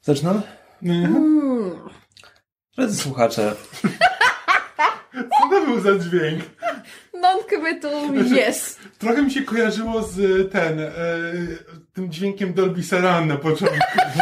Zaczynamy? Drodzy słuchacze. Co to był za dźwięk? Non-committal yes. Trochę mi się kojarzyło z tym dźwiękiem Dolby Surround na początku.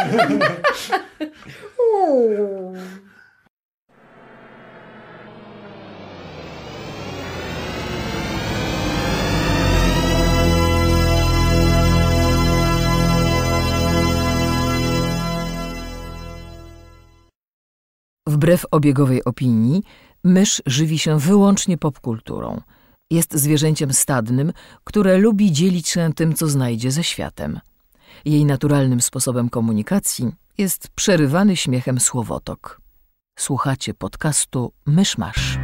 Wbrew obiegowej opinii, mysz żywi się wyłącznie popkulturą. Jest zwierzęciem stadnym, które lubi dzielić się tym, co znajdzie ze światem. Jej naturalnym sposobem komunikacji jest przerywany śmiechem słowotok. Słuchacie podcastu Myszmasz.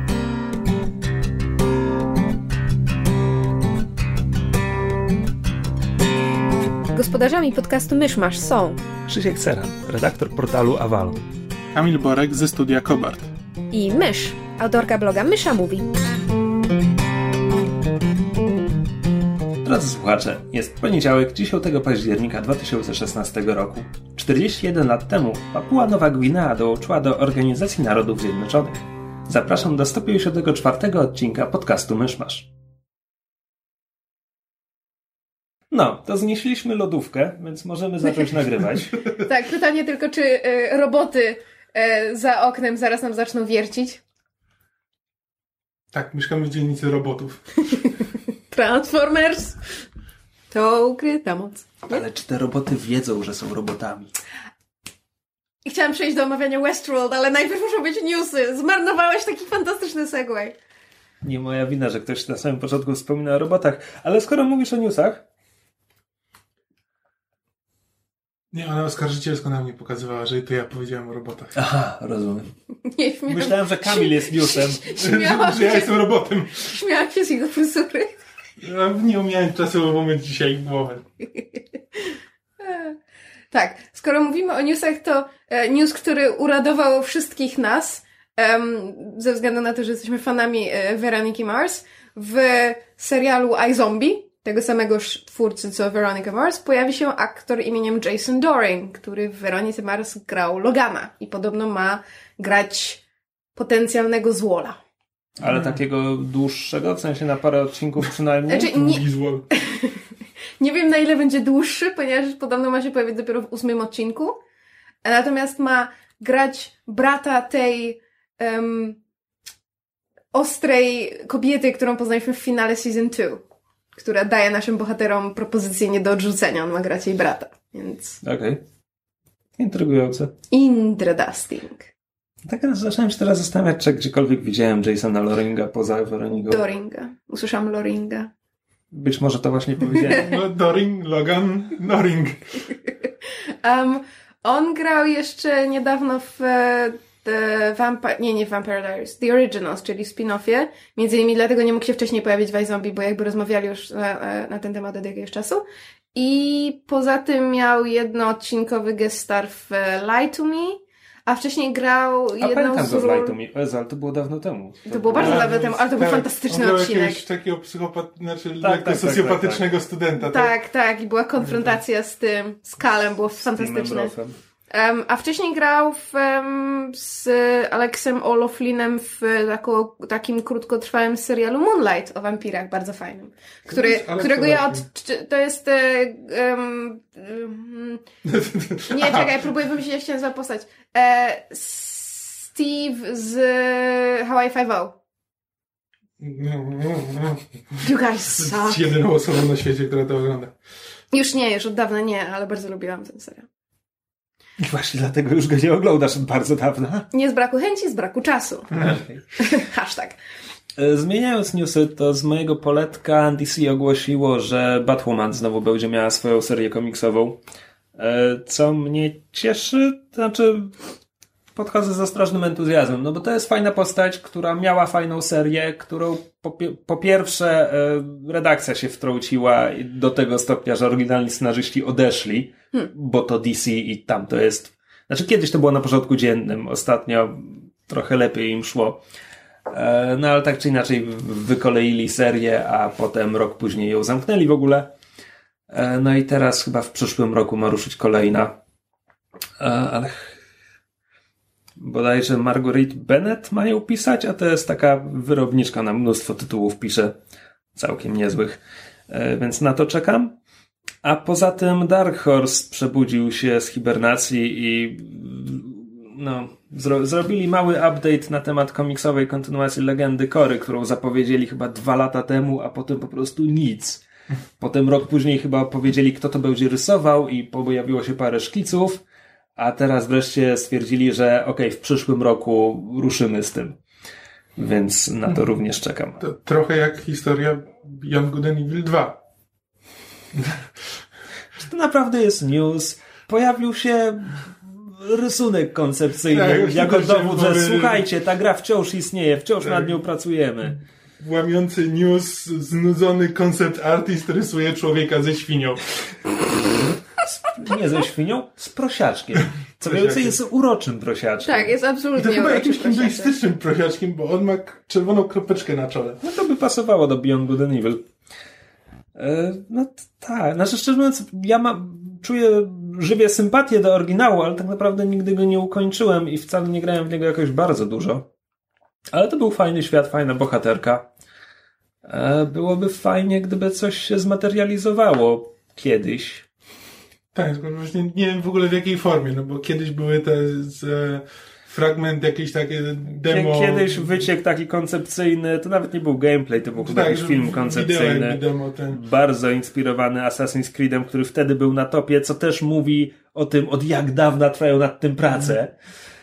Gospodarzami podcastu Myszmasz są Krzysiek Ceran, redaktor portalu Avalon. Kamil Borek ze studia Kobart. i Mysz, autorka bloga Mysza Mówi. Drodzy słuchacze, jest poniedziałek, 10 października 2016 roku. 41 lat temu Papua Nowa Gwinea dołączyła do Organizacji Narodów Zjednoczonych. Zapraszam do 154 odcinka podcastu Myszmasz. No, to znieśliśmy lodówkę, więc możemy zacząć nagrywać. Tak, pytanie tylko, czy roboty za oknem zaraz nam zaczną wiercić? Tak, mieszkamy w dzielnicy robotów. Transformers! To ukryta moc. Ale czy te roboty wiedzą, że są robotami? I chciałam przejść do omawiania Westworld, ale najpierw muszą być newsy. Zmarnowałeś taki fantastyczny segway. Nie moja wina, że ktoś na samym początku wspomina o robotach, ale skoro mówisz o newsach... Nie, ona oskarżycielsko na mnie pokazywała, że to ja powiedziałem o robotach. Aha, rozumiem. Nie, śmiałam. Myślałem, że Kamil jest newsem. Że ja jestem robotem. Śmiałam się z jego fryzury. Ja nie umiałem czasowo mieć dzisiaj głowę. Tak, skoro mówimy o newsach, to news, który uradował wszystkich nas, ze względu na to, że jesteśmy fanami Weroniki Mars, w serialu iZombie, tego samego twórcy co Veronica Mars, pojawi się aktor imieniem Jason Dohring, który w Weronice Mars grał Logana i podobno ma grać potencjalnego złola. Ale takiego dłuższego, w sensie na parę odcinków przynajmniej? Znaczy, nie wiem, na ile będzie dłuższy, ponieważ podobno ma się pojawić dopiero w 8 odcinku. Natomiast ma grać brata tej ostrej kobiety, którą poznaliśmy w finale Season 2, która daje naszym bohaterom propozycję nie do odrzucenia. On ma grać jej brata, więc... Okej. Intrygujące. Interesting. Tak zacząłem się teraz zastanawiać, czy gdziekolwiek widziałem Jasona Loringa poza Weroniką. Doringa. Usłyszałam Loringa. Być może to właśnie powiedziałem. No, Doring, Logan, Noring. On grał jeszcze niedawno w nie Vampire Diaries, The Originals, czyli spin-offie. Między innymi dlatego nie mógł się wcześniej pojawić w iZombie, bo jakby rozmawiali już na ten temat od jakiegoś czasu. I poza tym miał jednoodcinkowy guest star w Lie to Me, a wcześniej grał jedną z ról... Lie to Me. Ale to było dawno temu. To było bardzo dawno temu, ale to był fantastyczny odcinek. Jakiegoś takiego socjopatycznego studenta. Tak. I była konfrontacja z tym, z Kalem, było fantastyczne. A wcześniej grał z Alexem O'Loughlinem w takim krótkotrwałym serialu Moonlight o wampirach, bardzo fajnym. Którego ja to jest... nie, czekaj, próbuję wymyślić, jak się nazywa postać. Steve z Hawaii Five-O. You guys suck. Jest jedyną osobą na świecie, która to ogląda. Już od dawna nie, ale bardzo lubiłam ten serial. I właśnie dlatego już go nie oglądasz od bardzo dawna. Nie z braku chęci, z braku czasu. Okay. Hashtag. Zmieniając newsy, to z mojego poletka DC ogłosiło, że Batwoman znowu będzie miała swoją serię komiksową. Co mnie cieszy, to znaczy podchodzę z ostrożnym entuzjazmem, no bo to jest fajna postać, która miała fajną serię, którą po pierwsze redakcja się wtrąciła do tego stopnia, że oryginalni scenarzyści odeszli, bo to DC i tam to jest... Znaczy kiedyś to było na porządku dziennym, ostatnio trochę lepiej im szło. No ale tak czy inaczej wykoleili serię, a potem rok później ją zamknęli w ogóle. No i teraz chyba w przyszłym roku ma ruszyć kolejna. Ale bodajże Marguerite Bennett ma ją pisać, a to jest taka wyrobniczka, na mnóstwo tytułów pisze, całkiem niezłych, więc na to czekam. A poza tym Dark Horse przebudził się z hibernacji i zrobili mały update na temat komiksowej kontynuacji Legendy Korry, którą zapowiedzieli chyba 2 lata temu, a potem po prostu nic. Potem rok później chyba powiedzieli, kto to będzie rysował i pojawiło się parę szkiców, a teraz wreszcie stwierdzili, że w przyszłym roku ruszymy z tym. Więc na to również czekam. To trochę jak historia Beyond Good and Evil 2. Czy to naprawdę jest news? Pojawił się rysunek koncepcyjny jako dowód, że słuchajcie, ta gra wciąż istnieje, wciąż nad nią pracujemy. Łamiący news, znudzony koncept artist rysuje człowieka ze świnią. Nie ze świnią, z prosiaczkiem. Co więcej, jest uroczym prosiaczkiem. Tak, jest absolutnie I to chyba jakimś prosiaczek. hinduistycznym prosiaczkiem, bo on ma czerwoną kropeczkę na czole. No to by pasowało do Beyond Good and Evil. Tak. Znaczy, szczerze mówiąc, czuję żywię sympatię do oryginału, ale tak naprawdę nigdy go nie ukończyłem i wcale nie grałem w niego jakoś bardzo dużo. Ale to był fajny świat, fajna bohaterka. Byłoby fajnie, gdyby coś się zmaterializowało kiedyś. Tak, właśnie nie wiem w ogóle w jakiej formie, no bo kiedyś były te fragment, jakieś takie demo. Kiedyś wyciek taki koncepcyjny, to nawet nie był gameplay, to był chyba jakiś film koncepcyjny. Demo, bardzo inspirowany Assassin's Creedem, który wtedy był na topie, co też mówi o tym, od jak dawna trwają nad tym prace.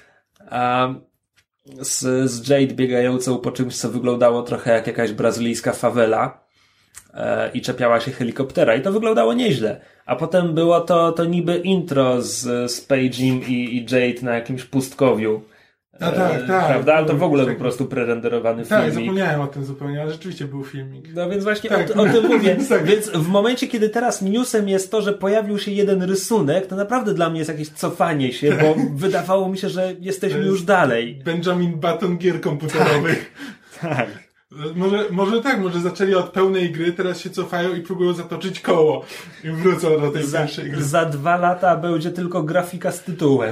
Z Jade biegającą po czymś, co wyglądało trochę jak jakaś brazylijska fawela i czepiała się helikoptera i to wyglądało nieźle. A potem było to niby intro z Page'im i Jade na jakimś pustkowiu. Tak. Prawda? Ale to w ogóle po prostu prerenderowany filmik. Tak, zapomniałem o tym zupełnie, ale rzeczywiście był filmik. No więc właśnie tak. o tym mówię. Tak. Więc w momencie, kiedy teraz newsem jest to, że pojawił się jeden rysunek, to naprawdę dla mnie jest jakieś cofanie się, bo wydawało mi się, że jesteśmy już dalej. Benjamin Button gier komputerowych. Tak. Może zaczęli od pełnej gry, teraz się cofają i próbują zatoczyć koło i wrócą do tej pierwszej gry. Za 2 lata będzie tylko grafika z tytułem.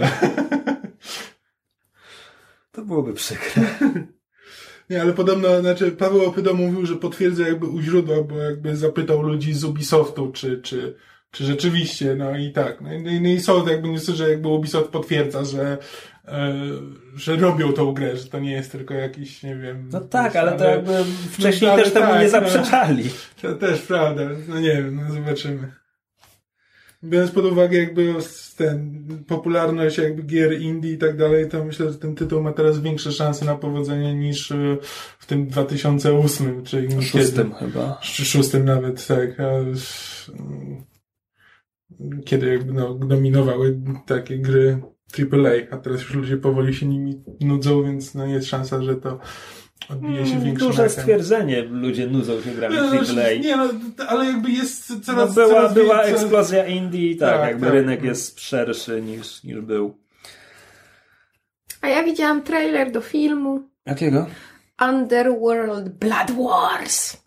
To byłoby przykre. Nie, ale podobno, Paweł Opydo mówił, że potwierdza jakby u źródła, bo jakby zapytał ludzi z Ubisoftu, czy rzeczywiście, no i tak. No i są jakby newsy, że jakby Ubisoft potwierdza, że robią tą grę, że to nie jest tylko jakiś, nie wiem... No tak, ale to jakby wcześniej też temu nie zaprzeczali. To też prawda, no nie wiem, no zobaczymy. Biorąc pod uwagę jakby popularność jakby gier indie i tak dalej, to myślę, że ten tytuł ma teraz większe szanse na powodzenie niż w tym 2008, czyli 2006 chyba. 2006 nawet, tak. Kiedy jakby dominowały takie gry AAA, a teraz już ludzie powoli się nimi nudzą, więc jest szansa, że to odbije się większym duże echem. stwierdzenie, ludzie nudzą się grami AAA. Nie, ale jakby jest coraz była więcej... eksplozja indie, tak, jakby tak. rynek jest szerszy niż był. A ja widziałam trailer do filmu Jakiego? Underworld Blood Wars.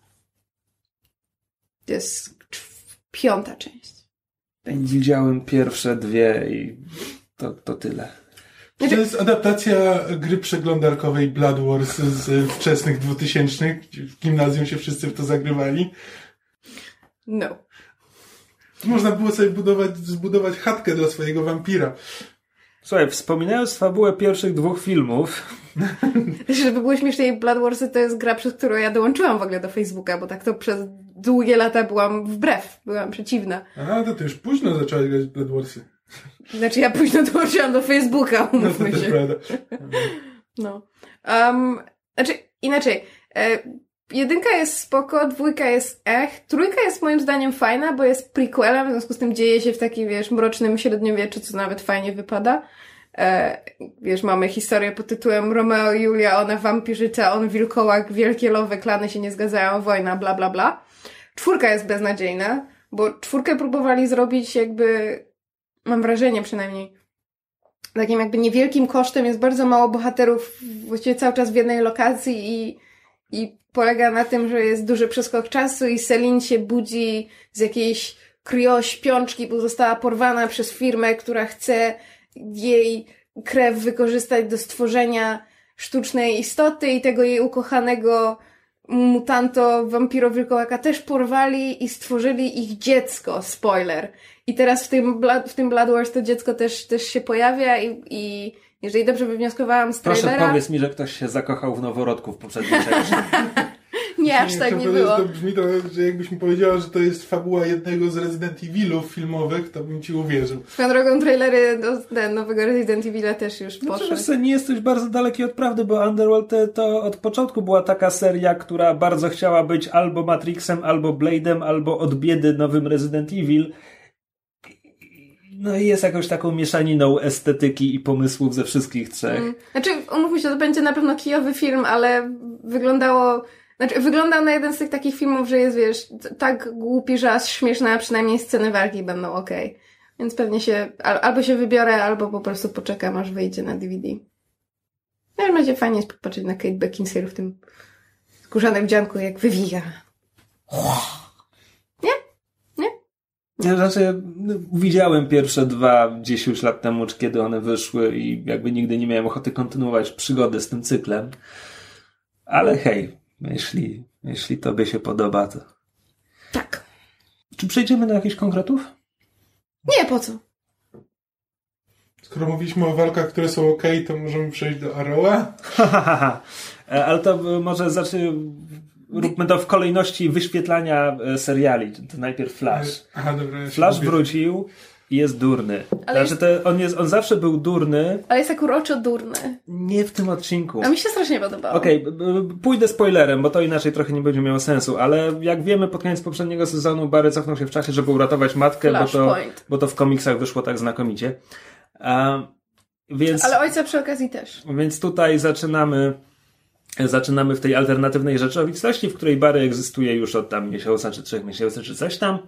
To jest 5. część. Widziałem pierwsze 2 i to tyle. To jest adaptacja gry przeglądarkowej Blood Wars z wczesnych 2000, gdzie w gimnazjum się wszyscy w to zagrywali. No. Można było sobie zbudować chatkę dla swojego wampira. Słuchaj, wspominając fabułę pierwszych 2 filmów... Żeby było śmieszniej, Blood Warsy to jest gra, przez którą ja dołączyłam w ogóle do Facebooka, bo tak to przez długie lata byłam byłam przeciwna. A, to ty już późno zaczęłaś grać w Blood Warsy. Znaczy ja późno dołączyłam do Facebooka, umówmy No to się. prawda. No. Znaczy, inaczej. 1 jest spoko, 2 jest 3 jest moim zdaniem fajna, bo jest prequelem, w związku z tym dzieje się w takim, mrocznym średniowieczu, co nawet fajnie wypada. Mamy historię pod tytułem Romeo i Julia, ona wampirzyca, on wilkołak, wielkie lowy, klany się nie zgadzają, wojna, bla, bla, bla. 4 jest beznadziejna, bo 4 próbowali zrobić mam wrażenie przynajmniej, takim jakby niewielkim kosztem, jest bardzo mało bohaterów właściwie cały czas w jednej lokacji i polega na tym, że jest duży przeskok czasu i Celine się budzi z jakiejś kriośpiączki, bo została porwana przez firmę, która chce jej krew wykorzystać do stworzenia sztucznej istoty i tego jej ukochanego mutanto wampiro-wilkołaka też porwali i stworzyli ich dziecko. Spoiler. I teraz w tym Blood Wars to dziecko też się pojawia i jeżeli dobrze wywnioskowałam z trailera... Proszę powiedz mi, że ktoś się zakochał w noworodku w poprzedniej części. Nie, aż tak nie było. To brzmi to, że jakbyś mi powiedziała, że to jest fabuła jednego z Resident Evilów filmowych, to bym ci uwierzył. Swoją drogą trailery do nowego Resident Evila też już poszły. Znaczy, nie jesteś bardzo daleki od prawdy, bo Underworld to od początku była taka seria, która bardzo chciała być albo Matrixem, albo Blade'em, albo od biedy nowym Resident Evil. No i jest jakąś taką mieszaniną estetyki i pomysłów ze wszystkich trzech. Znaczy, umówmy się, to będzie na pewno kijowy film, ale wyglądał na jeden z tych takich filmów, że jest, wiesz, tak głupi, że aż śmieszne, a przynajmniej sceny walki będą okej. Więc pewnie się, albo się wybiorę, albo po prostu poczekam, aż wyjdzie na DVD. No, będzie fajnie jest popatrzeć na Kate Beckinsale w tym skórzanym dzianku, jak wywija. Znaczy, widziałem pierwsze 2 gdzieś już lat temu, czy kiedy one wyszły i jakby nigdy nie miałem ochoty kontynuować przygody z tym cyklem. Ale hej, jeśli tobie się podoba, to... Tak. Czy przejdziemy do jakichś konkretów? Nie, po co? Skoro mówiliśmy o walkach, które są okej, to możemy przejść do Arrowa. Ale to może róbmy to w kolejności wyświetlania seriali. To najpierw Flash. Aha, dobra, Flash wrócił i jest durny. Ale znaczy on zawsze był durny. Ale jest tak uroczo durny. Nie w tym odcinku. A mi się strasznie podobało. Okej, pójdę spoilerem, bo to inaczej trochę nie będzie miało sensu, ale jak wiemy, pod koniec poprzedniego sezonu Barry cofnął się w czasie, żeby uratować matkę, bo to w komiksach wyszło tak znakomicie. Więc, ale ojca przy okazji też. Więc tutaj zaczynamy w tej alternatywnej rzeczywistości, w której Barry egzystuje już od tam miesiąca, czy 3 miesięcy, czy coś tam.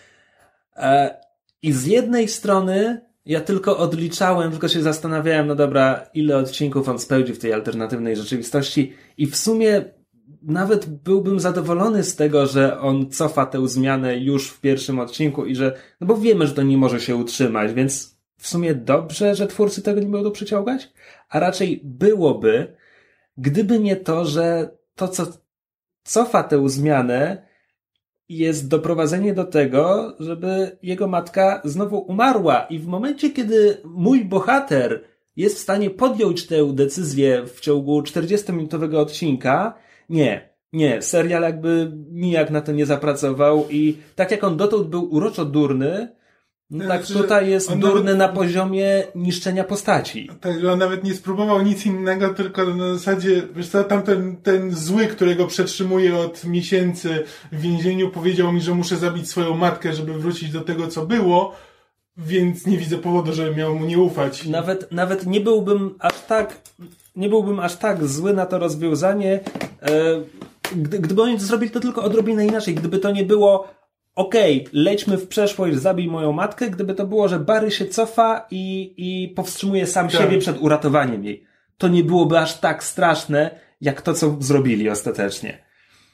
I z jednej strony ja tylko odliczałem, tylko się zastanawiałem, no dobra, ile odcinków on spełdzi w tej alternatywnej rzeczywistości i w sumie nawet byłbym zadowolony z tego, że on cofa tę zmianę już w pierwszym odcinku i że, no bo wiemy, że to nie może się utrzymać, więc w sumie dobrze, że twórcy tego nie będą przyciągać, a raczej byłoby, gdyby nie to, że to, co cofa tę zmianę, jest doprowadzenie do tego, żeby jego matka znowu umarła. I w momencie, kiedy mój bohater jest w stanie podjąć tę decyzję w ciągu 40-minutowego odcinka, nie, serial jakby nijak na to nie zapracował i tak jak on dotąd był uroczo durny, no tak tutaj jest durny na poziomie niszczenia postaci. Tak, że on nawet nie spróbował nic innego, tylko na zasadzie, wiesz co, ten zły, którego przetrzymuje od miesięcy w więzieniu, powiedział mi, że muszę zabić swoją matkę, żeby wrócić do tego, co było, więc nie widzę powodu, żeby miał mu nie ufać. Nawet nie byłbym aż tak zły na to rozwiązanie, gdyby oni zrobili to tylko odrobinę inaczej, gdyby to nie było lećmy w przeszłość, zabij moją matkę, gdyby to było, że Barry się cofa i powstrzymuje sam siebie przed uratowaniem jej. To nie byłoby aż tak straszne, jak to, co zrobili ostatecznie.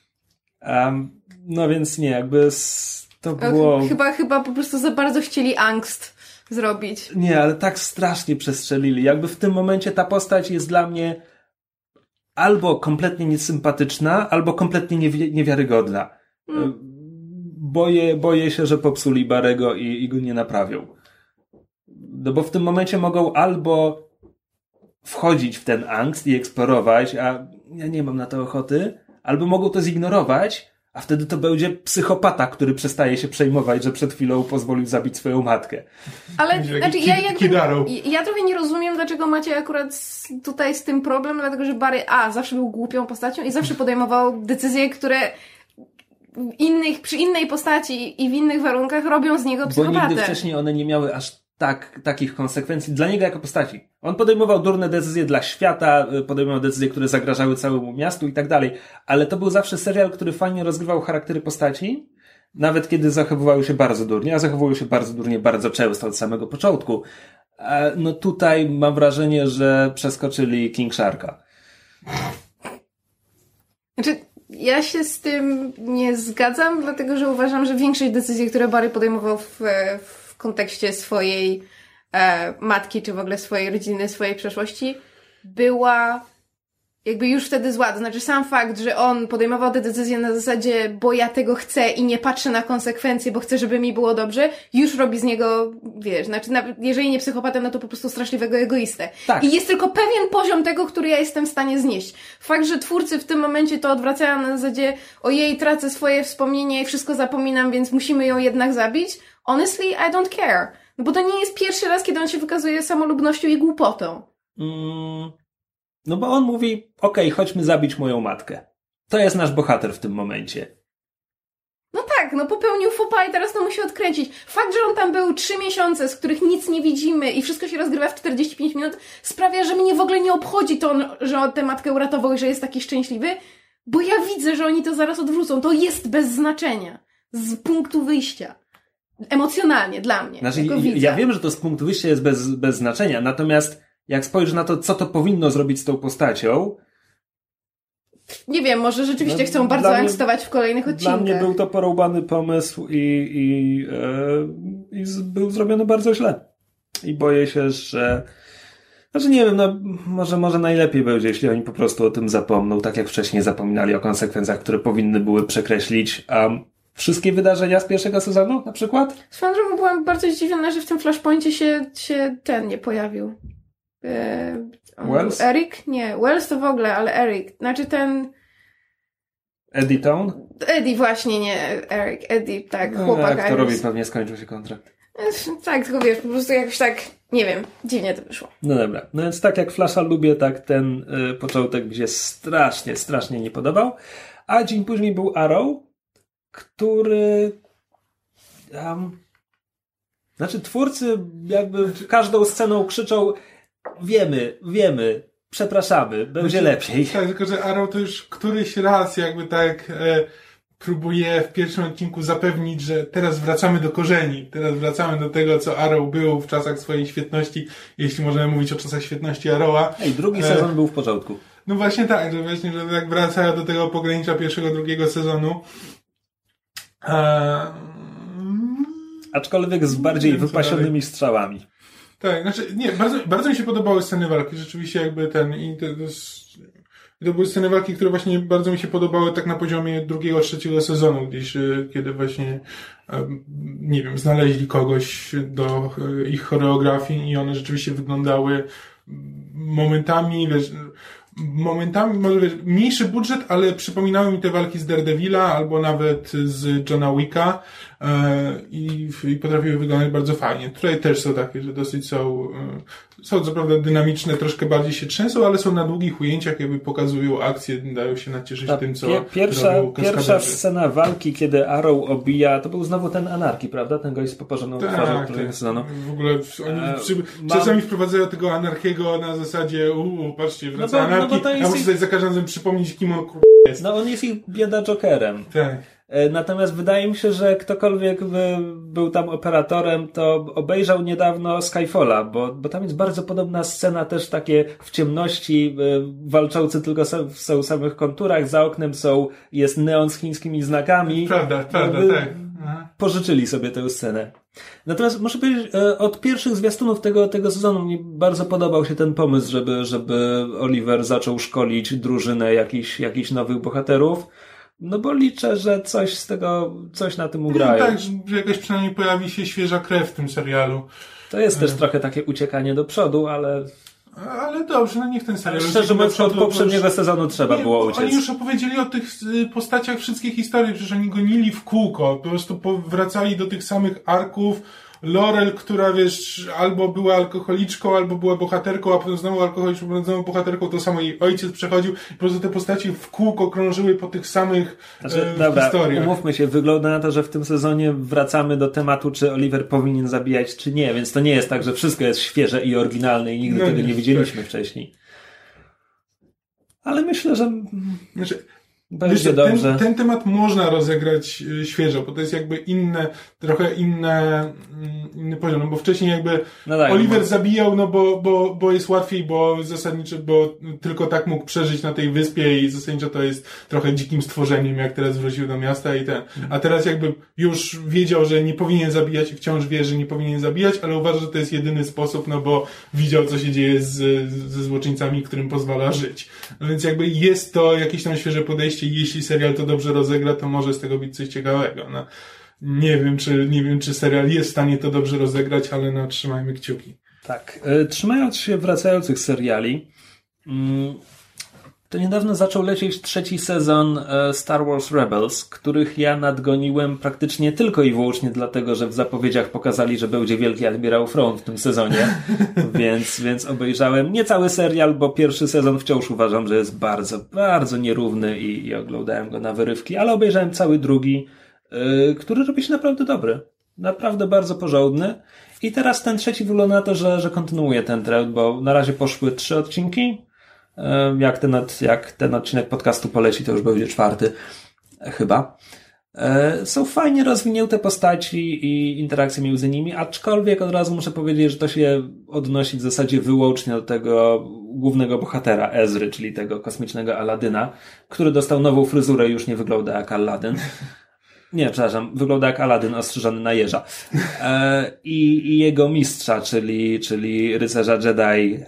No więc nie, jakby to było... Chyba po prostu za bardzo chcieli angst zrobić. Nie, ale tak strasznie przestrzelili. Jakby w tym momencie ta postać jest dla mnie albo kompletnie niesympatyczna, albo kompletnie niewiarygodna. Boję się, że popsuli Barego i go nie naprawią. No bo w tym momencie mogą albo wchodzić w ten angst i eksplorować, a ja nie mam na to ochoty, albo mogą to zignorować, a wtedy to będzie psychopata, który przestaje się przejmować, że przed chwilą pozwolił zabić swoją matkę. Ale znaczy, ja trochę nie rozumiem, dlaczego macie akurat tutaj z tym problem, dlatego że Barry zawsze był głupią postacią i zawsze podejmował decyzje, które przy innej postaci i w innych warunkach robią z niego psychopatę. Bo nigdy wcześniej one nie miały aż takich konsekwencji dla niego jako postaci. On podejmował durne decyzje dla świata, podejmował decyzje, które zagrażały całemu miastu i tak dalej, ale to był zawsze serial, który fajnie rozgrywał charaktery postaci, nawet kiedy zachowywały się bardzo durnie, a zachowują się bardzo durnie bardzo często od samego początku. No tutaj mam wrażenie, że przeskoczyli King Sharka. Znaczy, ja się z tym nie zgadzam, dlatego że uważam, że większość decyzji, które Barry podejmował w kontekście swojej matki, czy w ogóle swojej rodziny, swojej przeszłości, była jakby już wtedy zła. To znaczy sam fakt, że on podejmował te decyzje na zasadzie, bo ja tego chcę i nie patrzę na konsekwencje, bo chcę, żeby mi było dobrze, już robi z niego, wiesz, znaczy jeżeli nie psychopatę, no to po prostu straszliwego egoistę. Tak. I jest tylko pewien poziom tego, który ja jestem w stanie znieść. Fakt, że twórcy w tym momencie to odwracają na zasadzie, ojej, tracę swoje wspomnienie i wszystko zapominam, więc musimy ją jednak zabić. Honestly, I don't care. No bo to nie jest pierwszy raz, kiedy on się wykazuje samolubnością i głupotą. No bo on mówi, okej, chodźmy zabić moją matkę. To jest nasz bohater w tym momencie. No tak, no popełnił faux pas i teraz to musi odkręcić. Fakt, że on tam był 3 miesiące, z których nic nie widzimy i wszystko się rozgrywa w 45 minut, sprawia, że mnie w ogóle nie obchodzi to, że on tę matkę uratował i że jest taki szczęśliwy, bo ja widzę, że oni to zaraz odwrócą. To jest bez znaczenia. Z punktu wyjścia. Emocjonalnie, dla mnie. Znaczy, ja wiem, że to z punktu wyjścia jest bez znaczenia, natomiast jak spojrzysz na to, co to powinno zrobić z tą postacią... Nie wiem, może rzeczywiście chcą bardzo anekstować w kolejnych odcinkach. Dla mnie był to porąbany pomysł i był zrobiony bardzo źle. I boję się, że... Znaczy nie wiem, no może najlepiej będzie, jeśli oni po prostu o tym zapomną, tak jak wcześniej zapominali o konsekwencjach, które powinny były przekreślić. Wszystkie wydarzenia z pierwszego sezonu na przykład? Swoją drogą byłam bardzo zdziwiona, że w tym Flashpoincie się ten nie pojawił. Wells? Eric? Nie, Wells to w ogóle, ale Eric. Znaczy ten... Eddie Town? Eddie właśnie, nie Eric. Eddie, tak, chłopak. Aktorowi pewnie skończył się kontrakt. Tak, tylko wiesz, po prostu jakoś tak, nie wiem, dziwnie to wyszło. No dobra, no więc tak jak Flasha lubię, tak ten początek mi się strasznie nie podobał. A dzień później był Arrow, który... Znaczy twórcy jakby każdą sceną krzyczą wiemy, przepraszamy, będzie lepiej. Tak, tylko że Arrow to już któryś raz jakby tak próbuje w pierwszym odcinku zapewnić, że teraz wracamy do korzeni, teraz wracamy do tego, co Arrow był w czasach swojej świetności, jeśli możemy mówić o czasach świetności Arrowa. Drugi sezon był w porządku. No właśnie tak, że tak wracają do tego pogranicza pierwszego, drugiego sezonu. Aczkolwiek z bardziej wypasionymi strzałami. Tak, znaczy, nie, bardzo mi się podobały sceny walki, rzeczywiście jakby to były sceny walki, które właśnie bardzo mi się podobały tak na poziomie drugiego, trzeciego sezonu, gdzieś, kiedy właśnie, nie wiem, znaleźli kogoś do ich choreografii i one rzeczywiście wyglądały momentami, może wiesz, mniejszy budżet, ale przypominały mi te walki z Daredevila albo nawet z Johna Wicka i potrafiły wyglądać bardzo fajnie. Tutaj też są takie, że dosyć są co prawda dynamiczne, troszkę bardziej się trzęsą, ale są na długich ujęciach, jakby pokazują akcję, dają się nacieszyć tym, co Pierwsza scena walki, kiedy Arrow obija, to był znowu ten Anarki, prawda? Ten gość z poparzoną twarzą, którego sezonu. W ogóle oni czasami wprowadzają tego Anarkiego na zasadzie patrzcie, wraca Anarki, a muszę sobie za każdym razem przypomnieć, kim on jest. No on jest ich bieda Jokerem. Tak. Natomiast wydaje mi się, że ktokolwiek był tam operatorem, to obejrzał niedawno Skyfalla, bo tam jest bardzo podobna scena, też takie w ciemności, walczący tylko są w samych konturach, za oknem jest neon z chińskimi znakami. Prawda, tak. Pożyczyli sobie tę scenę. Natomiast muszę powiedzieć, od pierwszych zwiastunów tego sezonu mi bardzo podobał się ten pomysł, żeby Oliver zaczął szkolić drużynę jakichś nowych bohaterów. No bo liczę, że coś na tym ugrają. Tak, że jakaś przynajmniej pojawi się świeża krew w tym serialu. To jest też trochę takie uciekanie do przodu, ale dobrze, no niech ten serial... Szczerze mówiąc, od poprzedniego sezonu trzeba było uciec. Oni już opowiedzieli o tych postaciach wszystkie historie, przecież oni gonili w kółko, po prostu wracali do tych samych arków. Laurel, która wiesz, albo była alkoholiczką, albo była bohaterką, a potem znowu alkoholiczką, potem znowu bohaterką, to samo jej ojciec przechodził i po prostu te postaci w kółko krążyły po tych samych historiach. Umówmy się, wygląda na to, że w tym sezonie wracamy do tematu, czy Oliver powinien zabijać, czy nie, więc to nie jest tak, że wszystko jest świeże i oryginalne i nigdy tego nie widzieliśmy wcześniej. Ale myślę, że... Będzie dobrze. Ten temat można rozegrać świeżo, bo to jest jakby trochę inny poziom, no bo wcześniej jakby Oliver zabijał, no bo jest łatwiej, bo zasadniczo, bo tylko tak mógł przeżyć na tej wyspie i zasadniczo to jest trochę dzikim stworzeniem, jak teraz wrócił do miasta a teraz jakby już wiedział, że nie powinien zabijać i wciąż wie, że nie powinien zabijać, ale uważa, że to jest jedyny sposób, no bo widział, co się dzieje ze złoczyńcami, którym pozwala żyć. No więc jakby jest to jakieś tam świeże podejście. Jeśli serial to dobrze rozegra, to może z tego być coś ciekawego. No, nie wiem, czy serial jest w stanie to dobrze rozegrać, ale no, trzymajmy kciuki. Tak. Trzymając się wracających seriali, to niedawno zaczął lecieć 3. sezon Star Wars Rebels, których ja nadgoniłem praktycznie tylko i wyłącznie dlatego, że w zapowiedziach pokazali, że będzie Wielki Admirał Thrawn w tym sezonie, więc obejrzałem nie cały serial, bo pierwszy sezon wciąż uważam, że jest bardzo, bardzo nierówny i oglądałem go na wyrywki, ale obejrzałem cały drugi, który robi się naprawdę dobry. Naprawdę bardzo porządny. I teraz ten 3 wygląda na to, że kontynuuje ten trend, bo na razie poszły 3 odcinki. Jak ten odcinek podcastu poleci, to już będzie 4. Chyba. Są fajnie rozwinięte postaci i interakcje między nimi, aczkolwiek od razu muszę powiedzieć, że to się odnosi w zasadzie wyłącznie do tego głównego bohatera Ezry, czyli tego kosmicznego Aladyna, który dostał nową fryzurę i już nie wygląda jak Aladdin. Nie, przepraszam, wygląda jak Aladdin ostrzyżony na jeża. I jego mistrza, czyli rycerza Jedi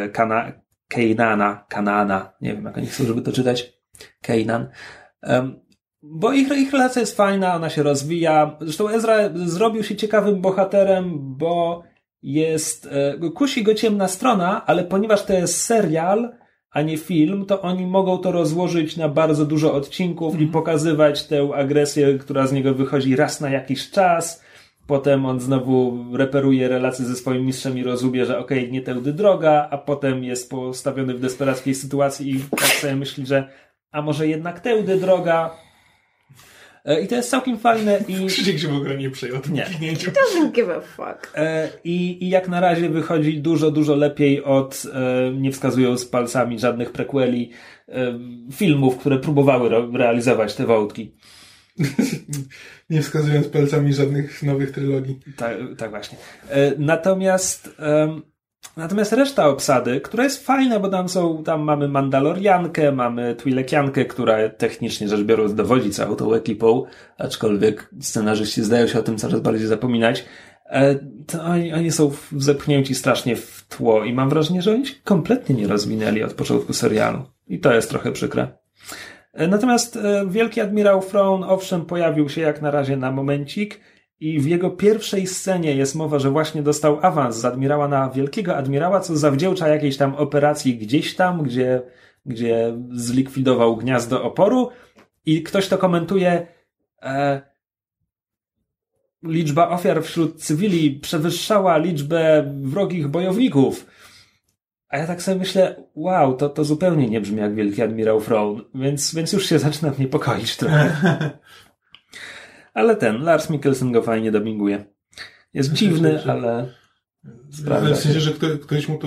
Kanana, nie wiem jak oni chcą, żeby to czytać, Kanan. Bo ich relacja jest fajna, ona się rozwija. Zresztą Ezra zrobił się ciekawym bohaterem, bo kusi go ciemna strona, ale ponieważ to jest serial, a nie film, to oni mogą to rozłożyć na bardzo dużo odcinków i pokazywać tę agresję, która z niego wychodzi raz na jakiś czas. Potem on znowu reperuje relacje ze swoim mistrzem i rozumie, że okej, nie tędy droga, a potem jest postawiony w desperackiej sytuacji i tak sobie myśli, że a może jednak tędy droga. I to jest całkiem fajne. Krzysiek się w ogóle nie przejął tym kliknięciu. Doesn't give a fuck. I jak na razie wychodzi dużo, dużo lepiej od, nie wskazując palcami żadnych prequeli, filmów, które próbowały realizować te wątki. Nie wskazując palcami żadnych nowych trylogii. Tak właśnie. Natomiast reszta obsady, która jest fajna, bo tam mamy Mandaloriankę, mamy Twi'lekiankę, która technicznie rzecz biorąc dowodzi całą tą ekipą, aczkolwiek scenarzyści zdają się o tym coraz bardziej zapominać. To oni są zepchnięci strasznie w tło i mam wrażenie, że oni się kompletnie nie rozwinęli od początku serialu. I to jest trochę przykre. Natomiast Wielki Admirał Thrawn owszem pojawił się jak na razie na momencik i w jego pierwszej scenie jest mowa, że właśnie dostał awans z admirała na wielkiego admirała, co zawdzięcza jakiejś tam operacji gdzieś tam, gdzie zlikwidował gniazdo oporu i ktoś to komentuje liczba ofiar wśród cywili przewyższała liczbę wrogich bojowników. A ja tak sobie myślę, wow, to zupełnie nie brzmi jak Wielki Admirał Thrawn, więc już się zaczynam niepokoić trochę. Ale Lars Mikkelsen go fajnie dubbinguje. Jest dziwny, ale sprawdza. W sensie, że ktoś mu to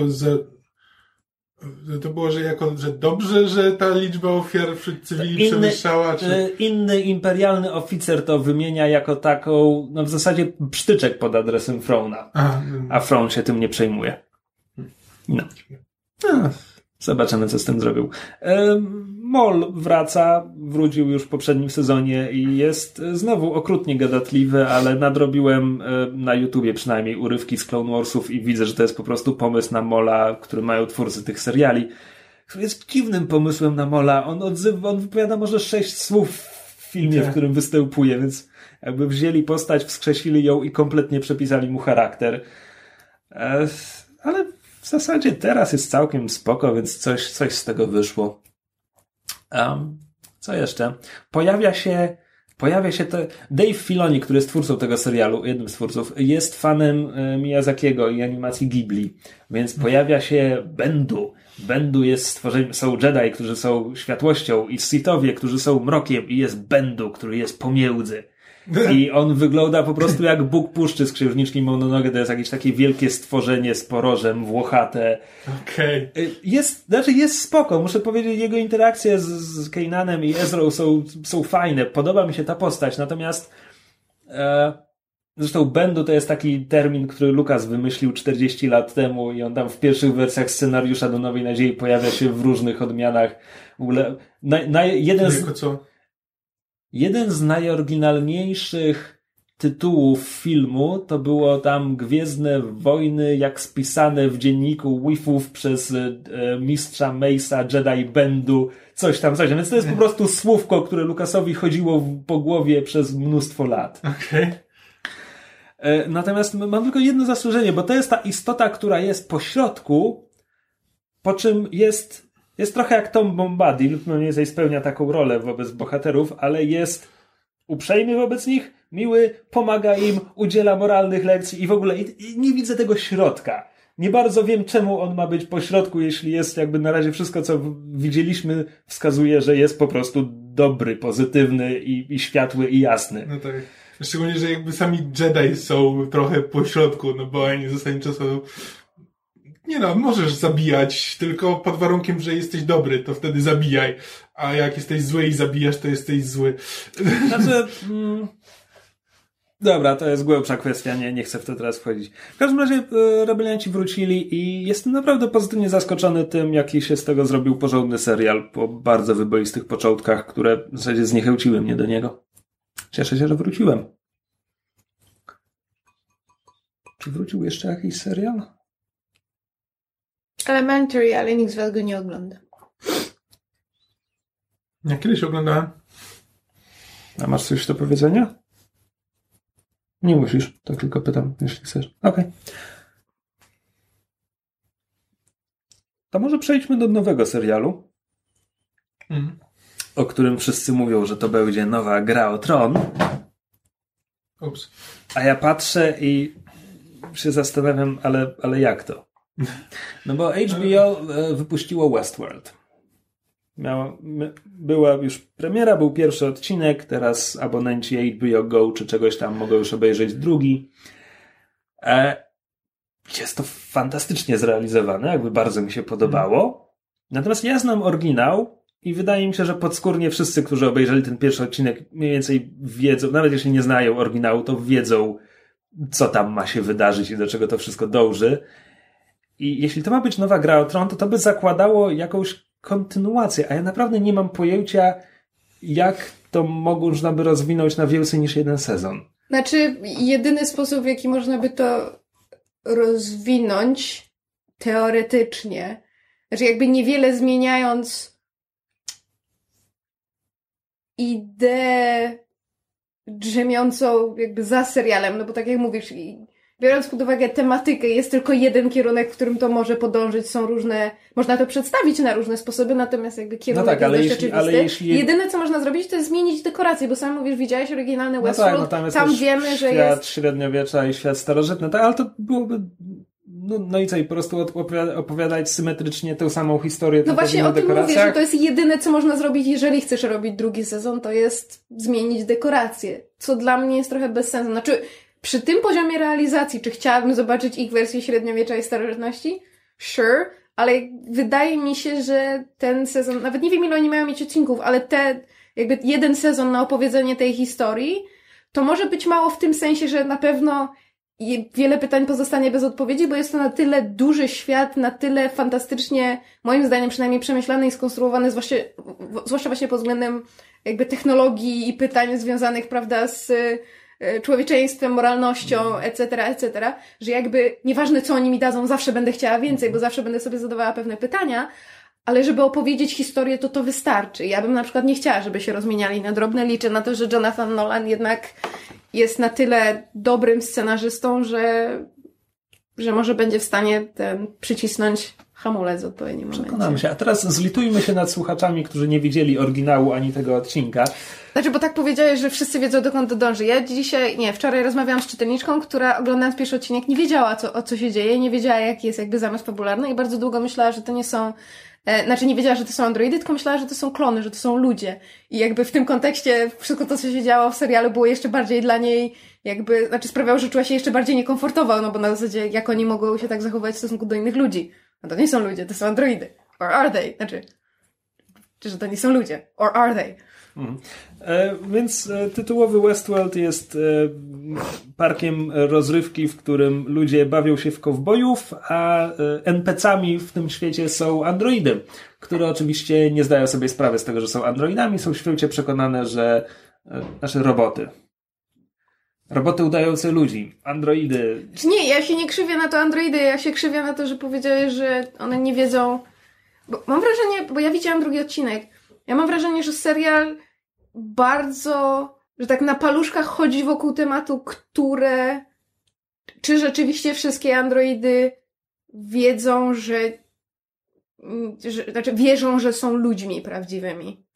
to było, że dobrze, że ta liczba ofiar wśród cywili przewyższała, czy... Inny imperialny oficer to wymienia jako taką, no w zasadzie psztyczek pod adresem Throwna. A Thrawn się tym nie przejmuje. No. Zobaczymy, co z tym zrobił. Mol wrócił już w poprzednim sezonie i jest znowu okrutnie gadatliwy, ale nadrobiłem na YouTubie przynajmniej urywki z Clone Warsów i widzę, że to jest po prostu pomysł na Mola, który mają twórcy tych seriali, który jest dziwnym pomysłem na Mola. On wypowiada może 6 słów w filmie, w którym występuje, więc jakby wzięli postać, wskrzesili ją i kompletnie przepisali mu charakter. Ale w zasadzie teraz jest całkiem spoko, więc coś z tego wyszło. Co jeszcze? Pojawia się Dave Filoni, który jest twórcą tego serialu, jednym z twórców, jest fanem Miyazakiego i animacji Ghibli, więc pojawia się Bendu. Bendu jest stworzeniem, są Jedi, którzy są światłością i Sithowie, którzy są mrokiem i jest Bendu, który jest pomiędzy. I on wygląda po prostu jak Bóg puszczy z Księżniczki Mononogę. To jest jakieś takie wielkie stworzenie z porożem, włochate. Okej. Jest spoko. Muszę powiedzieć, jego interakcje z Kainanem i Ezrą są fajne. Podoba mi się ta postać. Natomiast zresztą Bendu to jest taki termin, który Lucas wymyślił 40 lat temu i on tam w pierwszych wersjach scenariusza do Nowej Nadziei pojawia się w różnych odmianach. W ogóle jeden z najoryginalniejszych tytułów filmu to było tam Gwiezdne Wojny, jak spisane w dzienniku Wifów przez mistrza Mace'a, Jedi Bendu, coś tam. Więc to jest po prostu słówko, które Lucasowi chodziło po głowie przez mnóstwo lat. Okej. Natomiast mam tylko jedno zastrzeżenie, bo to jest ta istota, która jest po środku, po czym jest trochę jak Tom Bombadil, mniej więcej spełnia taką rolę wobec bohaterów, ale jest uprzejmy wobec nich, miły, pomaga im, udziela moralnych lekcji i w ogóle i nie widzę tego środka. Nie bardzo wiem, czemu on ma być po środku, jeśli jest jakby na razie wszystko, co widzieliśmy, wskazuje, że jest po prostu dobry, pozytywny i światły i jasny. No tak. Szczególnie, że jakby sami Jedi są trochę po środku, no bo oni zasadniczo nie no, możesz zabijać, tylko pod warunkiem, że jesteś dobry, to wtedy zabijaj. A jak jesteś zły i zabijasz, to jesteś zły. Znaczy... Dobra, to jest głębsza kwestia, nie chcę w to teraz wchodzić. W każdym razie rebelianci wrócili i jestem naprawdę pozytywnie zaskoczony tym, jaki się z tego zrobił porządny serial po bardzo wyboistych początkach, które w zasadzie zniechęciły mnie do niego. Cieszę się, że wróciłem. Czy wrócił jeszcze jakiś serial? Elementary, ale nikt z was go nie ogląda. Ja kiedyś oglądałem. A masz coś do powiedzenia? Nie musisz, tak tylko pytam, jeśli chcesz. Okej. To może przejdźmy do nowego serialu, o którym wszyscy mówią, że to będzie nowa gra o Tron. Ups. A ja patrzę i się zastanawiam, ale jak to? No bo HBO wypuściło Westworld. Była już premiera, był pierwszy odcinek, teraz abonenci HBO Go czy czegoś tam mogą już obejrzeć drugi. Jest to fantastycznie zrealizowane, jakby bardzo mi się podobało. Natomiast ja znam oryginał i wydaje mi się, że podskórnie wszyscy, którzy obejrzeli ten pierwszy odcinek, mniej więcej wiedzą, nawet jeśli nie znają oryginału, to wiedzą, co tam ma się wydarzyć i do czego to wszystko dąży. I jeśli to ma być nowa gra o Tron, to by zakładało jakąś kontynuację, a ja naprawdę nie mam pojęcia, jak to można by rozwinąć na więcej niż jeden sezon. Znaczy, jedyny sposób, w jaki można by to rozwinąć teoretycznie, znaczy jakby niewiele zmieniając ideę drzemiącą jakby za serialem, no bo tak jak mówisz, biorąc pod uwagę tematykę, jest tylko jeden kierunek, w którym to może podążyć, są różne, można to przedstawić na różne sposoby, natomiast jakby kierunek jest dość oczywisty. Jedyne, co można zrobić, to jest zmienić dekoracje, bo sam mówisz, widziałeś oryginalny Westworld, tam wiemy, że świat średniowiecza i świat starożytny, ale to byłoby no i co, i po prostu opowiadać symetrycznie tę samą historię. No właśnie o tym mówię, że to jest jedyne, co można zrobić, jeżeli chcesz robić drugi sezon, to jest zmienić dekoracje, co dla mnie jest trochę bez sensu. Znaczy, przy tym poziomie realizacji, czy chciałabym zobaczyć ich wersję średniowiecza i starożytności? Sure, ale wydaje mi się, że ten sezon, nawet nie wiem, ile oni mają mieć odcinków, ale jakby jeden sezon na opowiedzenie tej historii, to może być mało w tym sensie, że na pewno wiele pytań pozostanie bez odpowiedzi, bo jest to na tyle duży świat, na tyle fantastycznie, moim zdaniem przynajmniej przemyślany i skonstruowany, zwłaszcza właśnie pod względem jakby technologii i pytań związanych, prawda, z człowieczeństwem, moralnością, etc., że jakby nieważne co oni mi dadzą, zawsze będę chciała więcej, bo zawsze będę sobie zadawała pewne pytania, ale żeby opowiedzieć historię, to wystarczy. Ja bym na przykład nie chciała, żeby się rozmieniali na drobne. Liczę na to, że Jonathan Nolan jednak jest na tyle dobrym scenarzystą, że może będzie w stanie przycisnąć hamulec w odpowiednim momencie. Przekonamy się. A teraz zlitujmy się nad słuchaczami, którzy nie widzieli oryginału ani tego odcinka. Znaczy, bo tak powiedziałeś, że wszyscy wiedzą, dokąd to dąży. Ja wczoraj rozmawiałam z czytelniczką, która oglądając pierwszy odcinek nie wiedziała, o co się dzieje, nie wiedziała, jaki jest jakby zamysł fabularny i bardzo długo myślała, że to nie są... nie wiedziała, że to są androidy, tylko myślała, że to są klony, że to są ludzie. I jakby w tym kontekście wszystko to, co się działo w serialu, było jeszcze bardziej dla niej sprawiało, że czuła się jeszcze bardziej niekomfortowo, no bo na zasadzie, jak oni mogą się tak zachowywać w stosunku do innych ludzi. No to nie są ludzie, to są androidy. Or are they? Czy że to nie są ludzie. Or are they? Więc tytułowy Westworld jest parkiem rozrywki, w którym ludzie bawią się w kowbojów, a NPC-ami w tym świecie są androidy, które oczywiście nie zdają sobie sprawy z tego, że są androidami, są święcie przekonane, że roboty. Roboty udające ludzi, androidy. Nie, ja się nie krzywię na to androidy, ja się krzywię na to, że powiedziałeś, że one nie wiedzą... Bo mam wrażenie, bo ja widziałam drugi odcinek, ja mam wrażenie, że serial bardzo, że tak na paluszkach chodzi wokół tematu, czy rzeczywiście wszystkie androidy wiedzą, wierzą, że są ludźmi prawdziwymi.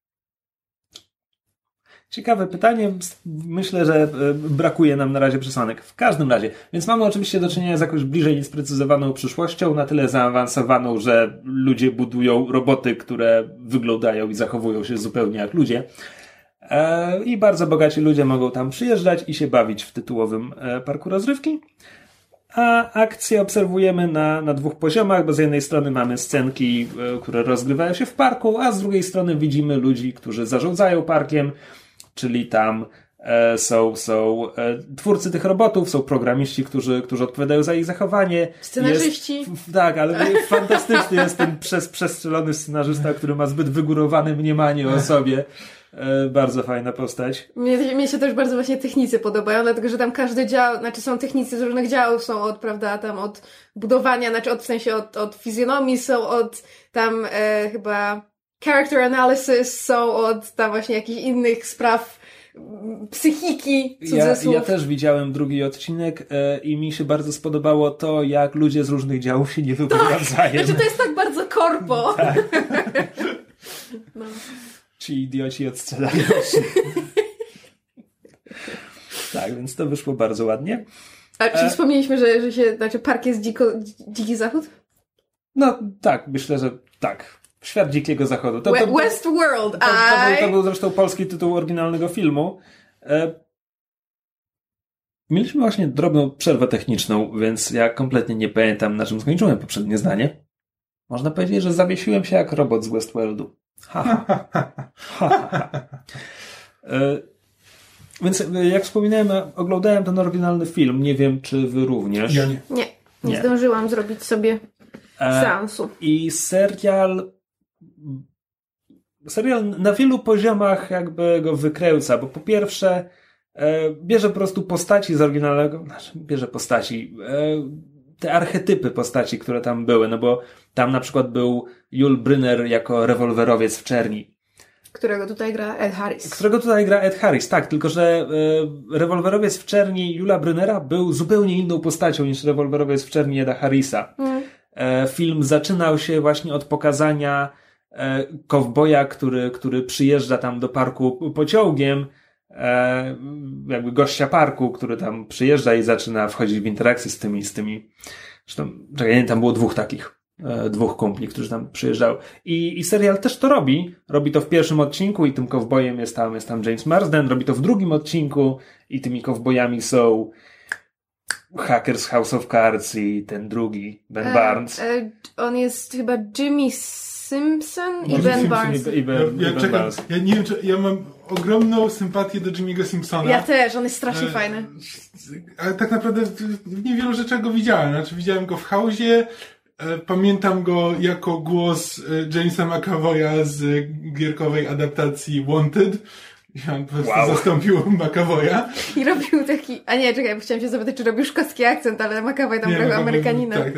Ciekawe pytanie. Myślę, że brakuje nam na razie przesłanek. W każdym razie. Więc mamy oczywiście do czynienia z jakąś bliżej niesprecyzowaną przyszłością, na tyle zaawansowaną, że ludzie budują roboty, które wyglądają i zachowują się zupełnie jak ludzie. I bardzo bogaci ludzie mogą tam przyjeżdżać i się bawić w tytułowym parku rozrywki. A akcję obserwujemy na dwóch poziomach, bo z jednej strony mamy scenki, które rozgrywają się w parku, a z drugiej strony widzimy ludzi, którzy zarządzają parkiem, czyli tam są twórcy tych robotów, są programiści, którzy odpowiadają za ich zachowanie. Scenarzyści. Tak, ale fantastyczny jest ten przestrzelony scenarzysta, który ma zbyt wygórowane mniemanie o sobie. Bardzo fajna postać. Mnie się też bardzo właśnie technicy podobają, dlatego że tam każdy dział, są technicy z różnych działów, są od budowania, od fizjonomii, są od tam chyba character analysis, są od tam właśnie jakichś innych spraw psychiki, cudzysłów. Ja też widziałem drugi odcinek i mi się bardzo spodobało to, jak ludzie z różnych działów się nie lubią nawzajem. To jest tak bardzo korpo. Tak. No. Ci idioci od scenariuszy. Tak, więc to wyszło bardzo ładnie. A czy wspomnieliśmy, że park jest dziki zachód? No tak, myślę, że tak. Świat dzikiego zachodu. Westworld. To był zresztą polski tytuł oryginalnego filmu. Mieliśmy właśnie drobną przerwę techniczną, więc ja kompletnie nie pamiętam, na czym skończyłem poprzednie zdanie. Można powiedzieć, że zawiesiłem się jak robot z Westworldu. Więc jak wspominałem, oglądałem ten oryginalny film. Nie wiem, czy wy również. Ja nie. Nie zdążyłam zrobić sobie seansu. I serial na wielu poziomach jakby go wykręca, bo po pierwsze bierze po prostu postaci z oryginalnego, te archetypy postaci, które tam były, no bo tam na przykład był Yul Brynner jako rewolwerowiec w czerni. Którego tutaj gra Ed Harris. Tak, tylko że rewolwerowiec w czerni Yula Brynnera był zupełnie inną postacią niż rewolwerowiec w czerni Eda Harrisa. Film zaczynał się właśnie od pokazania kowboja, który przyjeżdża tam do parku pociągiem, jakby gościa parku, który tam przyjeżdża i zaczyna wchodzić w interakcję z tymi zresztą, tam było dwóch kumpli, którzy tam przyjeżdżały. I serial też to robi. Robi to w pierwszym odcinku i tym kowbojem jest tam James Marsden. Robi to w drugim odcinku i tymi kowbojami są Hackers House of Cards i ten drugi, Ben Barnes. On jest chyba Jimmy Simpson i Ben Barnes. Ja nie wiem, ja mam ogromną sympatię do Jimmy'ego Simpsona. Ja też, on jest strasznie fajny. Ale tak naprawdę w niewielu rzeczach go widziałem. Widziałem go w House'ie, pamiętam go jako głos Jamesa McAvoya z gierkowej adaptacji Wanted. I on po prostu zastąpił McAvoya. I robił taki... A nie, czekaj, bo chciałam się zapytać, czy robił szkocki akcent, ale McAvoy tam grał Amerykanina. Tak.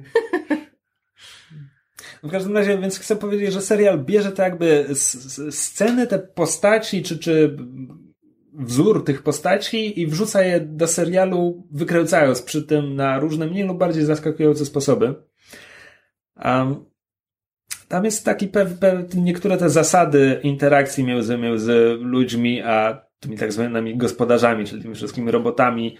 W każdym razie, więc chcę powiedzieć, że serial bierze te jakby sceny, te postaci, czy wzór tych postaci i wrzuca je do serialu, wykręcając przy tym na różne mniej lub bardziej zaskakujące sposoby. Tam jest taki niektóre te zasady interakcji między ludźmi a tymi tak zwanymi gospodarzami, czyli tymi wszystkimi robotami,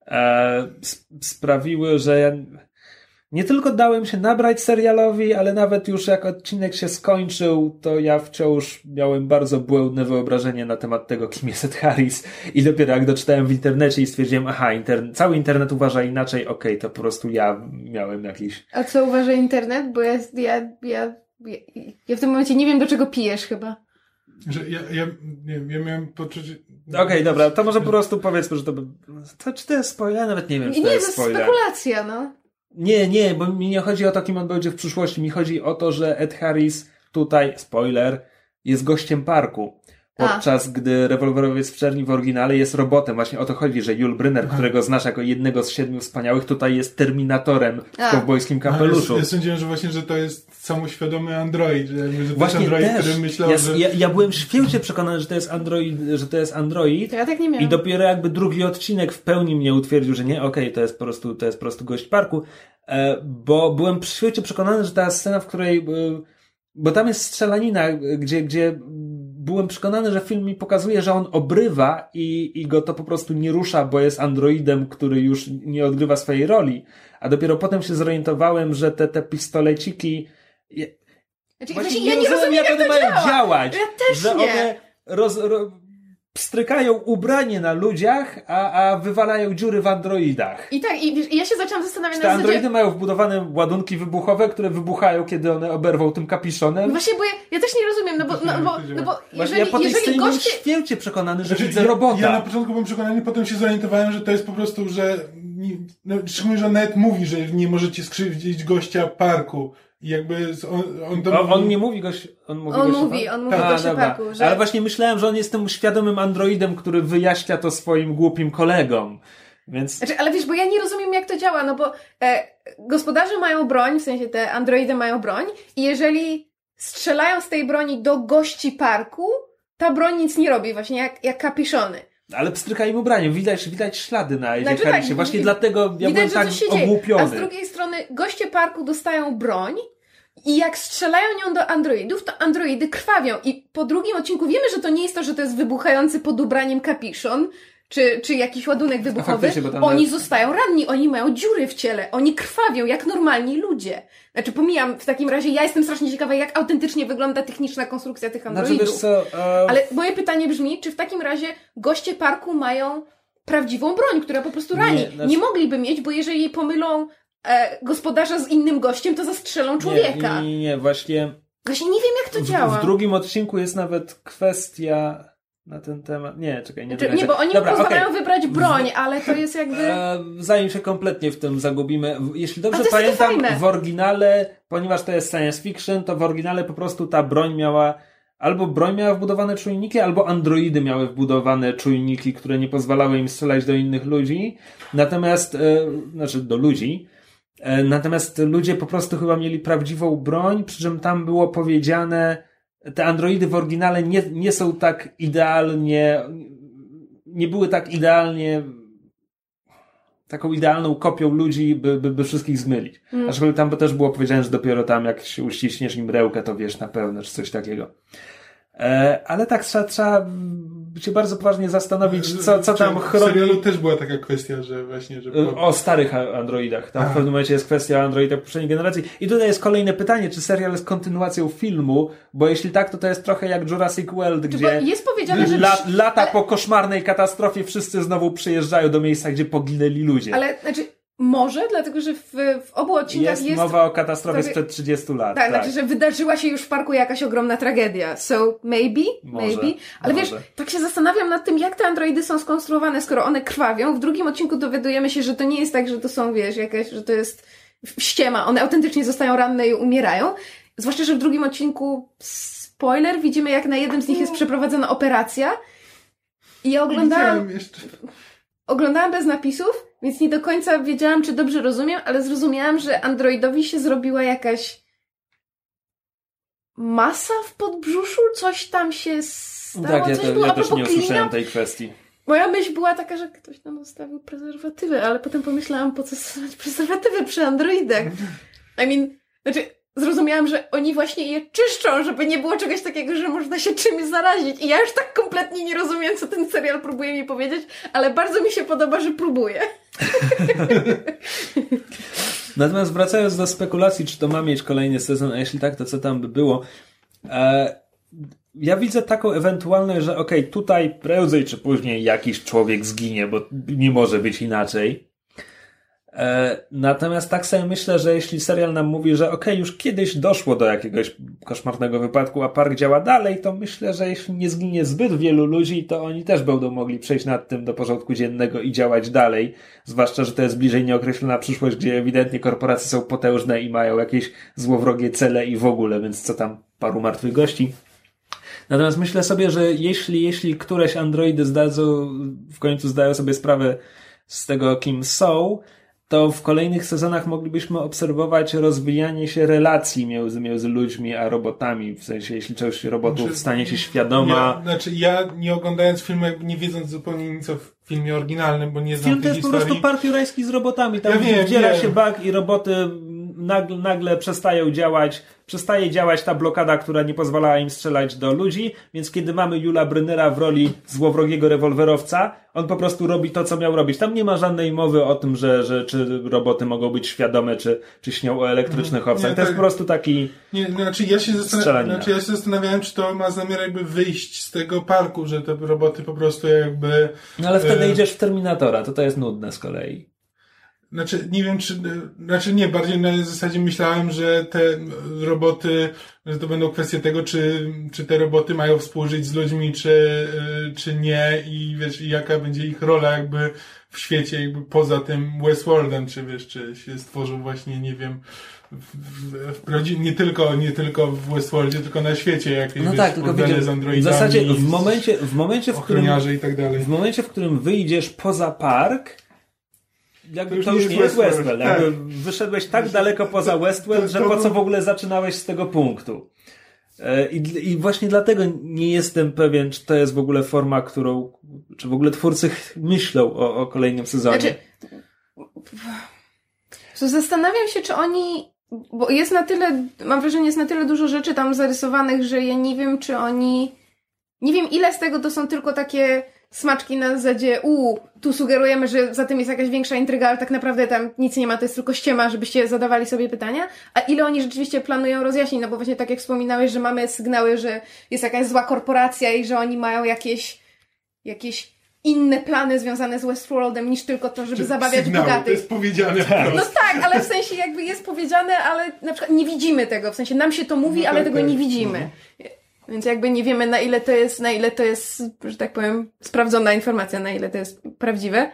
sprawiły, że ja nie tylko dałem się nabrać serialowi, ale nawet już jak odcinek się skończył, to ja wciąż miałem bardzo błędne wyobrażenie na temat tego, kim jest Ed Harris. I dopiero jak doczytałem w internecie i stwierdziłem, cały internet uważa inaczej, okej, to po prostu ja miałem jakiś... A co uważa internet? Bo ja w tym momencie nie wiem, do czego pijesz chyba. Że ja miałem poczucie... Okej, dobra, to może po prostu powiedzmy, że czy to jest spoiler? Ja nawet nie wiem, czy to jest spoiler. Nie, to jest spekulacja, no. Nie, bo mi nie chodzi o to, kim on będzie w przyszłości. Mi chodzi o to, że Ed Harris tutaj, spoiler, jest gościem parku. Podczas gdy rewolwerowiec w czerni w oryginale jest robotem. Właśnie o to chodzi, że Yul Brynner, którego znasz jako jednego z 7 wspaniałych, tutaj jest Terminatorem w kowbojskim kapeluszu. Ja sądziłem, że to jest samoświadomy android. Że to właśnie jest android, też. który myślał, że... Ja byłem święcie przekonany, że to jest android. To ja tak nie miałem. I dopiero jakby drugi odcinek w pełni mnie utwierdził, że nie, to jest po prostu gość parku. Bo byłem święcie przekonany, że ta scena, w której... Bo tam jest strzelanina, gdzie byłem przekonany, że film mi pokazuje, że on obrywa i go to po prostu nie rusza, bo jest androidem, który już nie odgrywa swojej roli. A dopiero potem się zorientowałem, że te pistoleciki... Właśnie ja nie rozumiem, jak one mają działać. Ja też że nie. One pstrykają ubranie na ludziach, a wywalają dziury w androidach. I tak, i ja się zaczęłam zastanawiać te androidy mają wbudowane ładunki wybuchowe, które wybuchają, kiedy one oberwą tym kapiszonem. No właśnie, bo ja też nie rozumiem, no bo jeżeli, ja po tej scenie byłem święcie przekonany, że widzę robota. Ja na początku byłem przekonany, potem się zorientowałem, że to jest po prostu, że szczególnie, że nawet mówi, że nie możecie skrzywdzić gościa parku. I jakby on nie mówi gość, on mówi gościa parku. Że... Ale właśnie myślałem, że on jest tym świadomym androidem, który wyjaśnia to swoim głupim kolegom. Więc... ale wiesz, bo ja nie rozumiem, jak to działa, no bo gospodarze mają broń, w sensie te androidy mają broń i jeżeli strzelają z tej broni do gości parku, ta broń nic nie robi, właśnie jak kapiszony. Ale pstryka im ubranie, widać ślady na Edzie Harrisie. Tak, właśnie dlatego ja byłem tak ogłupiony. A z drugiej strony goście parku dostają broń i jak strzelają nią do androidów, to androidy krwawią. I po drugim odcinku wiemy, że to nie jest to, że to jest wybuchający pod ubraniem kapiszon, czy jakiś ładunek wybuchowy. Oni zostają ranni, oni mają dziury w ciele, oni krwawią jak normalni ludzie. Znaczy pomijam, w takim razie ja jestem strasznie ciekawa, jak autentycznie wygląda techniczna konstrukcja tych androidów. Wiesz co, ale moje pytanie brzmi, czy w takim razie goście parku mają prawdziwą broń, która po prostu rani? Nie mogliby mieć, bo jeżeli pomylą gospodarza z innym gościem, to zastrzelą człowieka. Nie, właśnie nie wiem, jak to działa. W drugim odcinku jest nawet kwestia na ten temat. Nie, czekaj, nie, bo oni pozwalają wybrać broń, ale to jest jakby... Zanim się kompletnie w tym zagubimy. Jeśli dobrze pamiętam, w oryginale, ponieważ to jest science fiction, to w oryginale po prostu ta broń miała wbudowane czujniki, albo androidy miały wbudowane czujniki, które nie pozwalały im strzelać do innych ludzi. Natomiast, do ludzi. Natomiast ludzie po prostu chyba mieli prawdziwą broń, przy czym tam było powiedziane, te androidy w oryginale nie są tak idealnie, nie były tak idealnie taką idealną kopią ludzi, by wszystkich zmylić. Aczkolwiek tam też było powiedziane, że dopiero tam jak się uściśniesz im rełkę, to wiesz na pewno, czy coś takiego. Ale tak trzeba się bardzo poważnie zastanowić, co tam chroni. W serialu też była taka kwestia, że właśnie... O starych androidach. Tam w pewnym momencie jest kwestia o androidach poprzedniej generacji. I tutaj jest kolejne pytanie, czy serial jest kontynuacją filmu, bo jeśli tak, to jest trochę jak Jurassic World, gdzie jest powiedziane, że lata po koszmarnej katastrofie wszyscy znowu przyjeżdżają do miejsca, gdzie poginęli ludzie. Ale, może, dlatego że w obu odcinkach jest mowa o katastrofie sprzed 30 lat. Tak, znaczy, że wydarzyła się już w parku jakaś ogromna tragedia. So, maybe. Ale wiesz, tak się zastanawiam nad tym, jak te androidy są skonstruowane, skoro one krwawią. W drugim odcinku dowiadujemy się, że to nie jest tak, że to są, że to jest ściema. One autentycznie zostają ranne i umierają. Zwłaszcza, że w drugim odcinku, spoiler, widzimy, jak na jednym z nich jest przeprowadzona operacja. I ja oglądałam bez napisów, więc nie do końca wiedziałam, czy dobrze rozumiem, ale zrozumiałam, że androidowi się zrobiła jakaś masa w podbrzuszu, coś tam się stało. Tak, ja też nie usłyszałem tej kwestii. Moja myśl była taka, że ktoś tam zostawił prezerwatywy, ale potem pomyślałam, po co stosować prezerwatywy przy androidach. zrozumiałam, że oni właśnie je czyszczą, żeby nie było czegoś takiego, że można się czymś zarazić. I ja już tak kompletnie nie rozumiem, co ten serial próbuje mi powiedzieć, ale bardzo mi się podoba, że próbuje. Natomiast wracając do spekulacji, czy to ma mieć kolejny sezon, a jeśli tak, to co tam by było? Ja widzę taką ewentualność, że tutaj prędzej czy później jakiś człowiek zginie, bo nie może być inaczej. Natomiast tak sobie myślę, że jeśli serial nam mówi, że już kiedyś doszło do jakiegoś koszmarnego wypadku, a park działa dalej, to myślę, że jeśli nie zginie zbyt wielu ludzi, to oni też będą mogli przejść nad tym do porządku dziennego i działać dalej. Zwłaszcza, że to jest bliżej nieokreślona przyszłość, gdzie ewidentnie korporacje są potężne i mają jakieś złowrogie cele i w ogóle, więc co tam, paru martwych gości. Natomiast myślę sobie, że jeśli któreś androidy w końcu zdają sobie sprawę z tego, kim są, to w kolejnych sezonach moglibyśmy obserwować rozwijanie się relacji między ludźmi a robotami. W sensie, jeśli część robotów stanie się świadoma. Ja nie oglądając filmu, jakby nie wiedząc zupełnie nic o filmie oryginalnym, bo nie znam film tej to jest historii. po prostu park jurajski z robotami. Tam wdziera się bug i roboty nagle przestaje działać ta blokada, która nie pozwalała im strzelać do ludzi, więc kiedy mamy Yula Brynera w roli złowrogiego rewolwerowca, on po prostu robi to, co miał robić. Tam nie ma żadnej mowy o tym, że czy roboty mogą być świadome, czy śnią o elektrycznych owcach. To jest po prostu taki ja się zastanawiałem, czy to ma zamiar jakby wyjść z tego parku, że te roboty po prostu jakby... No ale wtedy idziesz w Terminatora, to jest nudne z kolei. Nie wiem, bardziej na zasadzie myślałem, że te roboty, że to będą kwestie tego, czy te roboty mają współżyć z ludźmi, czy nie i wiesz, i jaka będzie ich rola jakby w świecie, jakby poza tym Westworldem, czy się stworzył właśnie, nie wiem, nie tylko w Westworldzie, tylko na świecie jakieś, tylko z androidami. W zasadzie w momencie, i tak dalej. W momencie, w którym wyjdziesz poza park, jakby to już nie jest Westworld. Tak. Wyszedłeś tak daleko poza Westworld, że po co w ogóle zaczynałeś z tego punktu. I właśnie dlatego nie jestem pewien, czy to jest w ogóle forma, czy w ogóle twórcy myślą o kolejnym sezonie. Zastanawiam się, czy oni, bo jest na tyle, mam wrażenie, jest na tyle dużo rzeczy tam zarysowanych, że ja nie wiem, czy oni, nie wiem ile z tego to są tylko takie smaczki na zasadzie, tu sugerujemy, że za tym jest jakaś większa intryga, ale tak naprawdę tam nic nie ma, to jest tylko ściema, żebyście zadawali sobie pytania, a ile oni rzeczywiście planują rozjaśnić, no bo właśnie tak jak wspominałeś, że mamy sygnały, że jest jakaś zła korporacja i że oni mają jakieś inne plany związane z Westworldem niż tylko to, żeby zabawiać bogatych. To jest powiedziane No tak, ale w sensie jakby jest powiedziane, ale na przykład nie widzimy tego, w sensie nam się to mówi, ale tego nie widzimy. Więc jakby nie wiemy na ile to jest, że tak powiem, sprawdzona informacja, na ile to jest prawdziwe.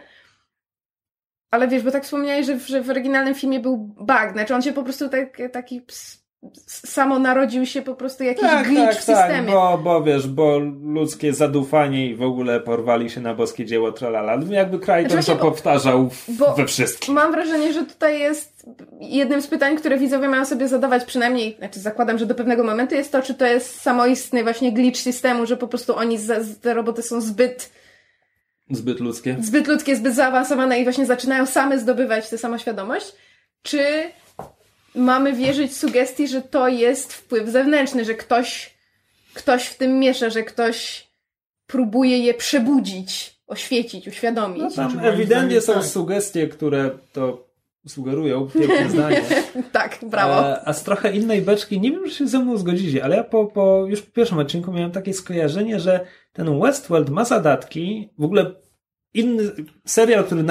Ale wiesz, bo tak wspomniałeś, że w oryginalnym filmie był bug, znaczy on się po prostu taki samo narodził się po prostu jakiś glitch w systemie. Bo ludzkie zadufanie i w ogóle porwali się na boskie dzieło tralala. Jakby Crichton to powtarzał we wszystkim. Mam wrażenie, że tutaj jest jednym z pytań, które widzowie mają sobie zadawać, przynajmniej, znaczy zakładam, że do pewnego momentu jest to, czy to jest samoistny właśnie glitch systemu, że po prostu te roboty są zbyt ludzkie, zbyt zaawansowane i właśnie zaczynają same zdobywać tę samoświadomość, czy mamy wierzyć sugestii, że to jest wpływ zewnętrzny, że ktoś w tym miesza, że ktoś próbuje je przebudzić, oświecić, uświadomić. No tam ewidentnie są sugestie, które to sugerują, piękne zdanie. Tak, brawo. A z trochę innej beczki, nie wiem, czy się ze mną zgodzicie, ale ja już po pierwszym odcinku miałem takie skojarzenie, że ten Westworld ma zadatki, w ogóle inny serial, który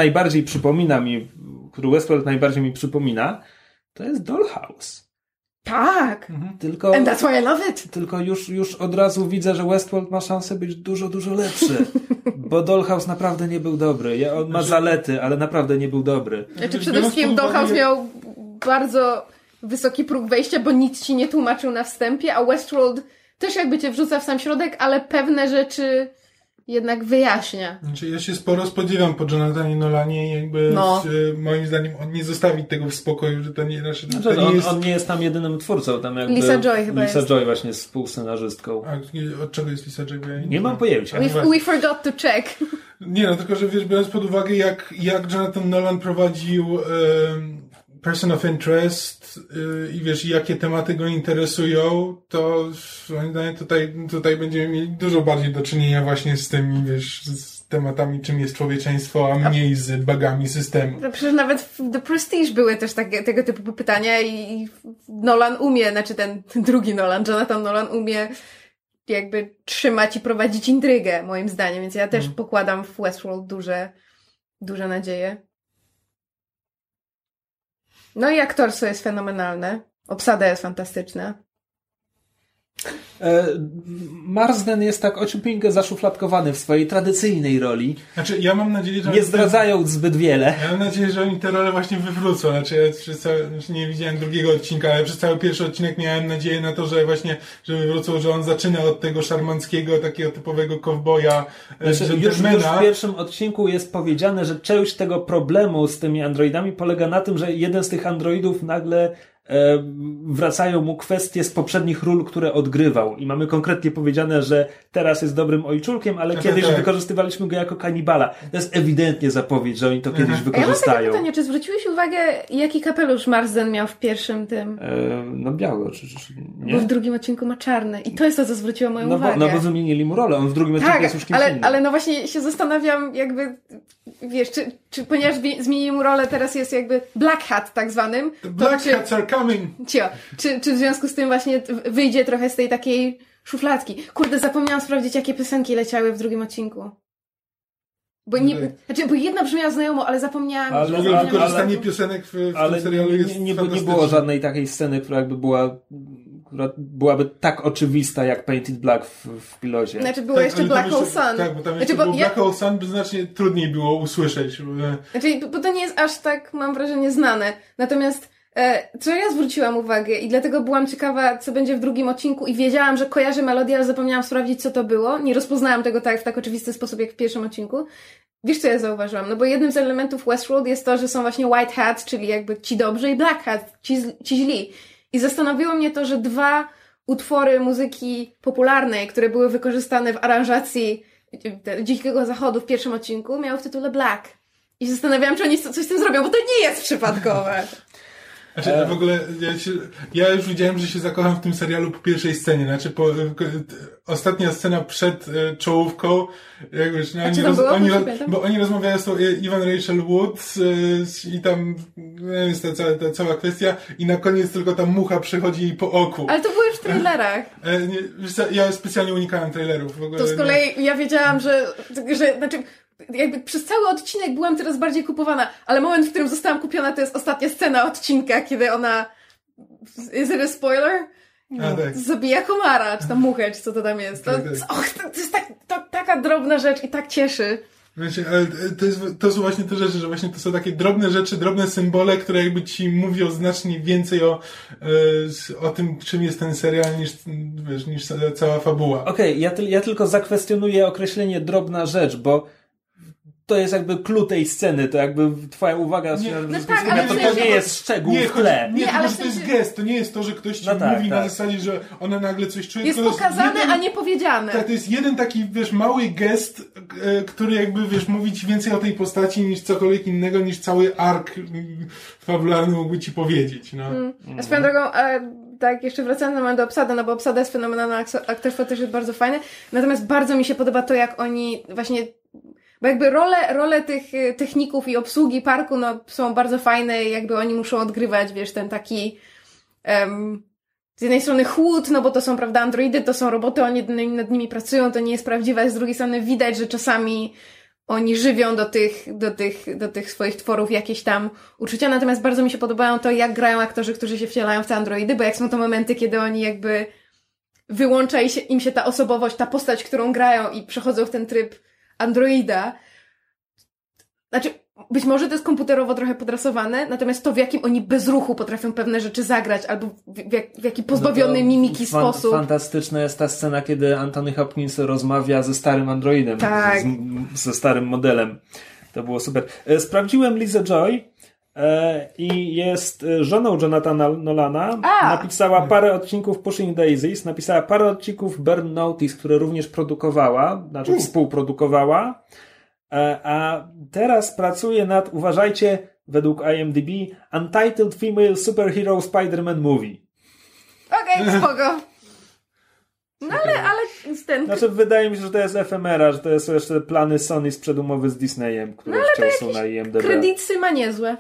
Westworld najbardziej mi przypomina, to jest Dollhouse. Tak. Tylko, and that's why I love it. Tylko już od razu widzę, że Westworld ma szansę być dużo, dużo lepszy. Bo Dollhouse naprawdę nie był dobry. On ma zalety, ale naprawdę nie był dobry. Znaczy przede wszystkim Dollhouse miał bardzo wysoki próg wejścia, bo nic ci nie tłumaczył na wstępie, a Westworld też jakby cię wrzuca w sam środek, ale pewne rzeczy jednak wyjaśnia. Znaczy ja się sporo spodziewam po Jonathanie Nolanie i jakby moim zdaniem on nie zostawi tego w spokoju, że to nie... On nie jest tam jedynym twórcą, tam jakby... Lisa Joy chyba Lisa Joy właśnie jest współscenarzystką. A od czego jest Lisa Joy? Nie mam pojęcia. We forgot to check. Nie, tylko że wiesz, biorąc pod uwagę jak Jonathan Nolan prowadził person of interest i wiesz, jakie tematy go interesują, to moim zdaniem tutaj będziemy mieli dużo bardziej do czynienia właśnie z tymi, wiesz, z tematami, czym jest człowieczeństwo, a mniej z bugami systemu. No przecież nawet w The Prestige były też tego typu pytania i Nolan umie, znaczy ten drugi Nolan, Jonathan Nolan umie jakby trzymać i prowadzić intrygę, moim zdaniem, więc ja też pokładam w Westworld duże nadzieje. No i aktorstwo jest fenomenalne. Obsada jest fantastyczna. Marsden jest tak ociupinkę zaszufladkowany w swojej tradycyjnej roli. Znaczy, ja mam nadzieję, że... Nie zdradzając zbyt wiele. Ja mam nadzieję, że oni te role właśnie wywrócą. Znaczy, ja nie widziałem drugiego odcinka, ale przez cały pierwszy odcinek miałem nadzieję na to, że właśnie, że wywrócą, że on zaczyna od tego szarmanckiego, takiego typowego kowboja, znaczy, już w pierwszym odcinku jest powiedziane, że część tego problemu z tymi androidami polega na tym, że jeden z tych androidów nagle wracają mu kwestie z poprzednich ról, które odgrywał i mamy konkretnie powiedziane, że teraz jest dobrym ojczulkiem, ale kiedyś wykorzystywaliśmy go jako kanibala. To jest ewidentnie zapowiedź, że oni to kiedyś wykorzystają. Ja mam takie pytanie, czy zwróciłeś uwagę, jaki kapelusz Marsden miał w pierwszym tym? No biały, czy nie? Bo w drugim odcinku ma czarny i to jest to, co zwróciło moją uwagę. No bo wymienili mu rolę, on w drugim odcinku jest już kimś innym. Ale no właśnie się zastanawiam jakby, wiesz, czy ponieważ zmienili mu rolę, teraz jest jakby Black Hat tak zwanym. Black Hats are coming! Czy w związku z tym właśnie wyjdzie trochę z tej takiej szufladki? Kurde, zapomniałam sprawdzić, jakie piosenki leciały w drugim odcinku. Bo jedna brzmiała znajomo, ale zapomniałam. Ale w ogóle wykorzystanie piosenek w tym serialu jest nie było żadnej takiej sceny, która byłaby tak oczywista jak Painted Black w pilocie. Znaczy było jeszcze Black Hole Sun. Tak, bo tam jeszcze był Black Hole Sun, by znacznie trudniej było usłyszeć. Znaczy, bo to nie jest aż tak, mam wrażenie, znane. Natomiast co ja zwróciłam uwagę i dlatego byłam ciekawa, co będzie w drugim odcinku i wiedziałam, że kojarzę melodię, ale zapomniałam sprawdzić, co to było. Nie rozpoznałam tego w tak oczywisty sposób, jak w pierwszym odcinku. Wiesz, co ja zauważyłam? No bo jednym z elementów Westworld jest to, że są właśnie White Hats, czyli jakby ci dobrzy, i Black Hat, ci źli. I zastanowiło mnie to, że dwa utwory muzyki popularnej, które były wykorzystane w aranżacji Dzikiego Zachodu w pierwszym odcinku, miały w tytule Black. I się zastanawiałam, czy oni coś z tym zrobią, bo to nie jest przypadkowe. Znaczy, w ogóle ja już widziałem, że się zakocham w tym serialu po pierwszej scenie. Znaczy, ostatnia scena przed czołówką, jak wiesz, bo oni rozmawiają z tą Evan Rachel Wood i tam jest ta cała kwestia i na koniec tylko ta mucha przychodzi jej po oku. Ale to było już w trailerach. Wiesz co, ja specjalnie unikałem trailerów. W ogóle, to z kolei ja wiedziałam, że znaczy jakby przez cały odcinek byłam teraz bardziej kupowana, ale moment, w którym zostałam kupiona, to jest ostatnia scena odcinka, kiedy ona... Is it a spoiler? Tak. Zabija komara, czy tam muchę, czy co to tam jest. To jest taka drobna rzecz i tak cieszy. Znaczy, ale to są właśnie te rzeczy, że właśnie to są takie drobne rzeczy, drobne symbole, które jakby ci mówią znacznie więcej o tym, czym jest ten serial, niż cała fabuła. Okej, ja tylko zakwestionuję określenie drobna rzecz, bo to jest jakby clue tej sceny, to jakby twoja uwaga to nie jest szczegół w tle. Ale to jest gest, to nie jest to, że ktoś ci mówi na zasadzie, że ona nagle coś czuje. Jest pokazane, a nie powiedziane. Tak, to jest jeden taki, wiesz, mały gest, który jakby, wiesz, mówi ci więcej o tej postaci niż cokolwiek innego, niż cały ark fabularny mógłby ci powiedzieć, no. A swoją drogą, tak, jeszcze wracając do obsady, no bo obsada jest fenomenalna, aktorstwo też jest bardzo fajne, natomiast bardzo mi się podoba to, jak oni właśnie... Bo jakby role tych techników i obsługi parku, no, są bardzo fajne i jakby oni muszą odgrywać, wiesz, ten taki z jednej strony chłód, no bo to są, prawda, androidy, to są roboty, oni nad nimi pracują, to nie jest prawdziwe, z drugiej strony widać, że czasami oni żywią do tych swoich tworów jakieś tam uczucia, natomiast bardzo mi się podobają to, jak grają aktorzy, którzy się wcielają w te androidy, bo jak są to momenty, kiedy oni jakby wyłącza im się ta osobowość, ta postać, którą grają i przechodzą w ten tryb androida. Znaczy, być może to jest komputerowo trochę podrasowane, natomiast to, w jakim oni bez ruchu potrafią pewne rzeczy zagrać, albo w jaki pozbawiony mimiki sposób. Fantastyczna jest ta scena, kiedy Anthony Hopkins rozmawia ze starym androidem. Tak. Ze starym modelem. To było super. Sprawdziłem Lizę Joy i jest żoną Jonathana Nolana. Napisała parę odcinków Pushing Daisies, napisała parę odcinków Burn Notice, które również produkowała, znaczy współprodukowała. A teraz pracuje nad, uważajcie, według IMDb Untitled Female Superhero Spider-Man Movie. Okej, spoko. No ale ten... Znaczy wydaje mi się, że to jest efemera, że to są jeszcze plany Sony sprzed umowy z Disneyem, które wciąż są na IMDb. Kredyty ma niezłe.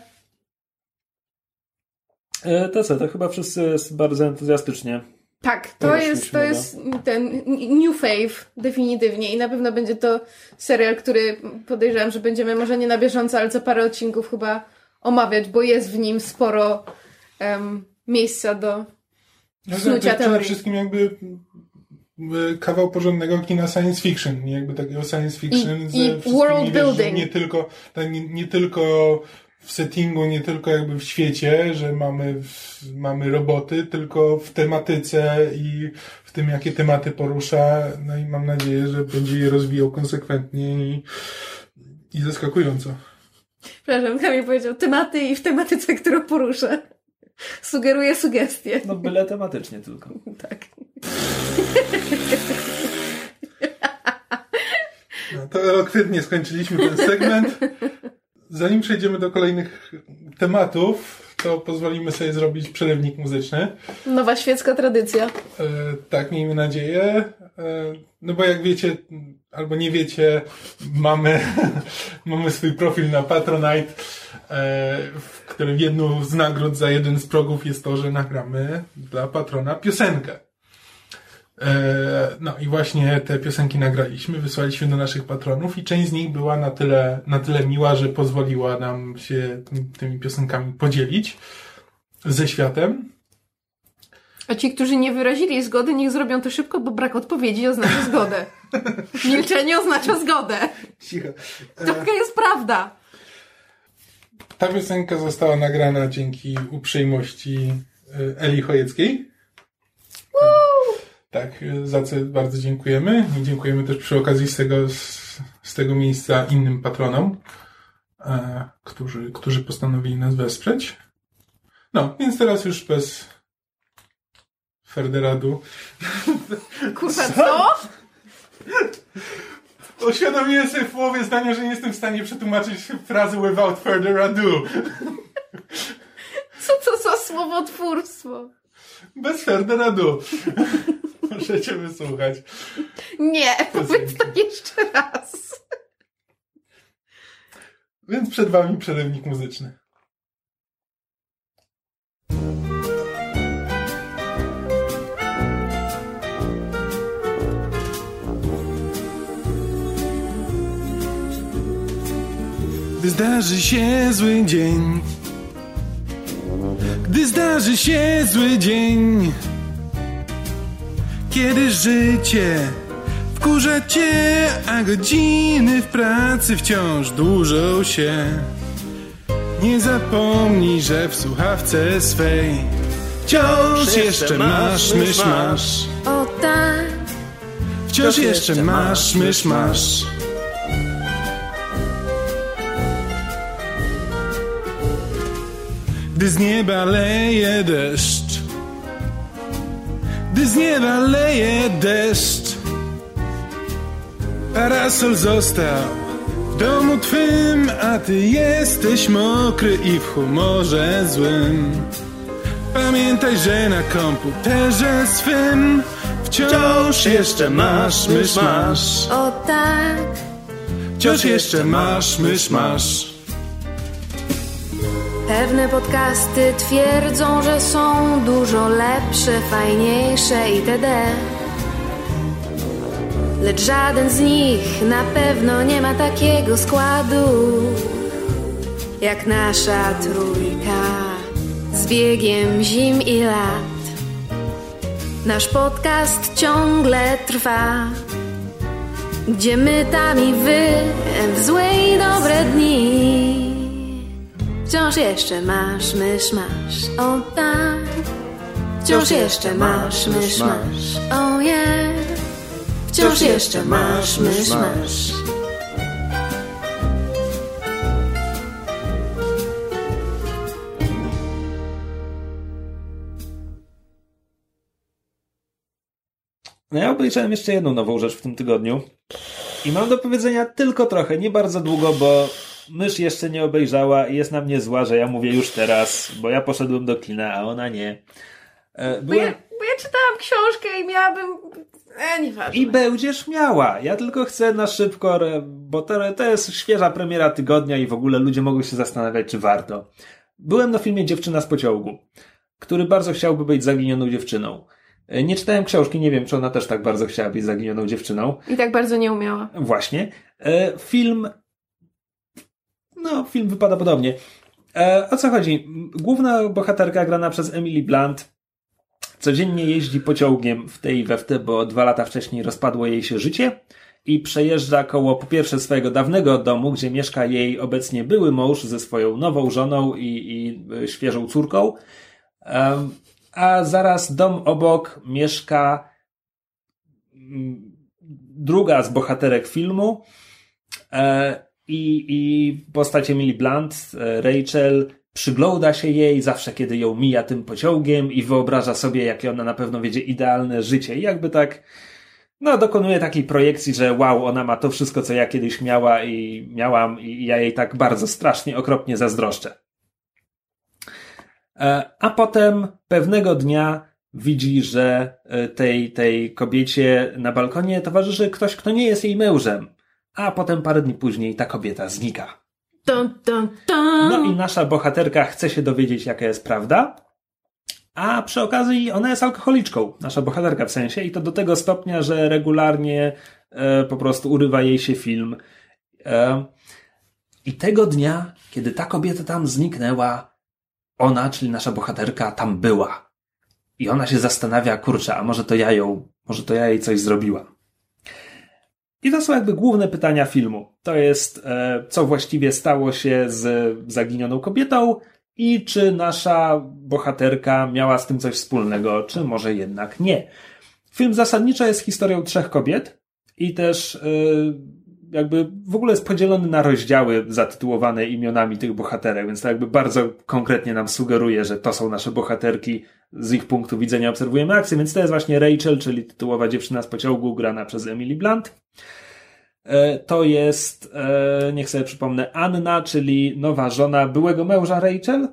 To chyba wszyscy bardzo entuzjastycznie. Tak, to jest ten new fave, definitywnie. I na pewno będzie to serial, który podejrzewam, że będziemy może nie na bieżąco, ale za parę odcinków chyba omawiać, bo jest w nim sporo miejsca do snucia teorii. Przede wszystkim jakby kawał porządnego kina science fiction, jakby takiego science fiction i world building. Nie tylko w settingu, nie tylko jakby w świecie, że mamy roboty, tylko w tematyce i w tym, jakie tematy porusza. No i mam nadzieję, że będzie je rozwijał konsekwentnie i zaskakująco. Przepraszam, Kamil powiedział tematy i w tematyce, którą porusza. Sugeruje sugestie. No byle tematycznie tylko. Tak. No to elokwentnie skończyliśmy ten segment. Zanim przejdziemy do kolejnych tematów, to pozwolimy sobie zrobić przerywnik muzyczny. Nowa świecka tradycja. Tak, miejmy nadzieję. No bo jak wiecie, albo nie wiecie, mamy swój profil na Patronite, w którym jedną z nagród za jeden z progów jest to, że nagramy dla patrona piosenkę. No i właśnie te piosenki nagraliśmy, wysłaliśmy do naszych patronów i część z nich była na tyle miła, że pozwoliła nam się tymi piosenkami podzielić ze światem. A ci, którzy nie wyrazili zgody, niech zrobią to szybko, bo brak odpowiedzi oznacza zgodę. Milczenie oznacza zgodę. Cicho. Taka jest prawda. Ta piosenka została nagrana dzięki uprzejmości Eli Chojeckiej. Tak, za co bardzo dziękujemy. I dziękujemy też przy okazji z tego miejsca innym patronom, którzy postanowili nas wesprzeć. No, więc teraz już bez further ado. Kurwa, co? Uświadomiłem sobie w połowie zdania, że nie jestem w stanie przetłumaczyć frazy without further ado. Co to za słowotwórstwo? Bez further ado. Możecie wysłuchać. Nie, powiedz to jeszcze raz. Więc przed wami przerywnik muzyczny. Gdy zdarzy się zły dzień, gdy zdarzy się zły dzień, kiedy życie wkurza cię, a godziny w pracy wciąż dłużą się, nie zapomnij, że w słuchawce swej wciąż jeszcze masz mysz-masz. O tak. Wciąż jeszcze masz mysz-masz. Gdy z nieba leje deszcz, gdy z nieba leje deszcz, parasol został w domu twym, a ty jesteś mokry i w humorze złym. Pamiętaj, że na komputerze swym wciąż jeszcze masz mysz-masz. O tak. Wciąż jeszcze masz mysz-masz. Pewne podcasty twierdzą, że są dużo lepsze, fajniejsze itd. Lecz żaden z nich na pewno nie ma takiego składu jak nasza trójka z biegiem zim i lat. Nasz podcast ciągle trwa, gdzie my tam i wy w złe i dobre dni. Wciąż jeszcze masz mysz-masz, o tak. Wciąż jeszcze masz mysz-masz, oh yeah. Wciąż jeszcze masz mysz-masz. No ja obejrzałem jeszcze jedną nową rzecz w tym tygodniu i mam do powiedzenia tylko trochę, nie bardzo długo, bo Mysz jeszcze nie obejrzała i jest na mnie zła, że ja mówię już teraz, bo ja poszedłem do kina, a ona nie. Bo ja czytałam książkę i miałabym... nieważne. I będziesz miała. Ja tylko chcę na szybko, bo to jest świeża premiera tygodnia i w ogóle ludzie mogą się zastanawiać, czy warto. Byłem na filmie Dziewczyna z pociągu, który bardzo chciałby być zaginioną dziewczyną. Nie czytałem książki, nie wiem, czy ona też tak bardzo chciała być zaginioną dziewczyną. I tak bardzo nie umiała. Właśnie. Film wypada podobnie. O co chodzi? Główna bohaterka grana przez Emily Blunt codziennie jeździ pociągiem w tej i we w te, bo 2 lata wcześniej rozpadło jej się życie i przejeżdża koło po pierwsze swojego dawnego domu, gdzie mieszka jej obecnie były mąż ze swoją nową żoną i świeżą córką. A zaraz dom obok mieszka druga z bohaterek filmu i postać Emily Blunt, Rachel, przygląda się jej zawsze, kiedy ją mija tym pociągiem i wyobraża sobie, jakie ona na pewno wiedzie idealne życie. I jakby tak, dokonuje takiej projekcji, że wow, ona ma to wszystko, co ja kiedyś miałam i ja jej tak bardzo strasznie, okropnie zazdroszczę. A potem pewnego dnia widzi, że tej kobiecie na balkonie towarzyszy ktoś, kto nie jest jej mężem. A potem parę dni później ta kobieta znika. Dun, dun, dun. No i nasza bohaterka chce się dowiedzieć, jaka jest prawda, a przy okazji ona jest alkoholiczką, nasza bohaterka w sensie, i to do tego stopnia, że regularnie po prostu urywa jej się film. I tego dnia, kiedy ta kobieta tam zniknęła, ona, czyli nasza bohaterka, tam była. I ona się zastanawia, kurczę, a może to ja jej coś zrobiłam. I to są jakby główne pytania filmu. To jest, co właściwie stało się z zaginioną kobietą i czy nasza bohaterka miała z tym coś wspólnego, czy może jednak nie. Film zasadniczo jest historią 3 kobiet i też jakby w ogóle jest podzielony na rozdziały zatytułowane imionami tych bohaterek, więc to jakby bardzo konkretnie nam sugeruje, że to są nasze bohaterki, z ich punktu widzenia obserwujemy akcję, więc to jest właśnie Rachel, czyli tytułowa dziewczyna z pociągu, grana przez Emily Blunt. To jest, niech sobie przypomnę, Anna, czyli nowa żona byłego męża Rachel.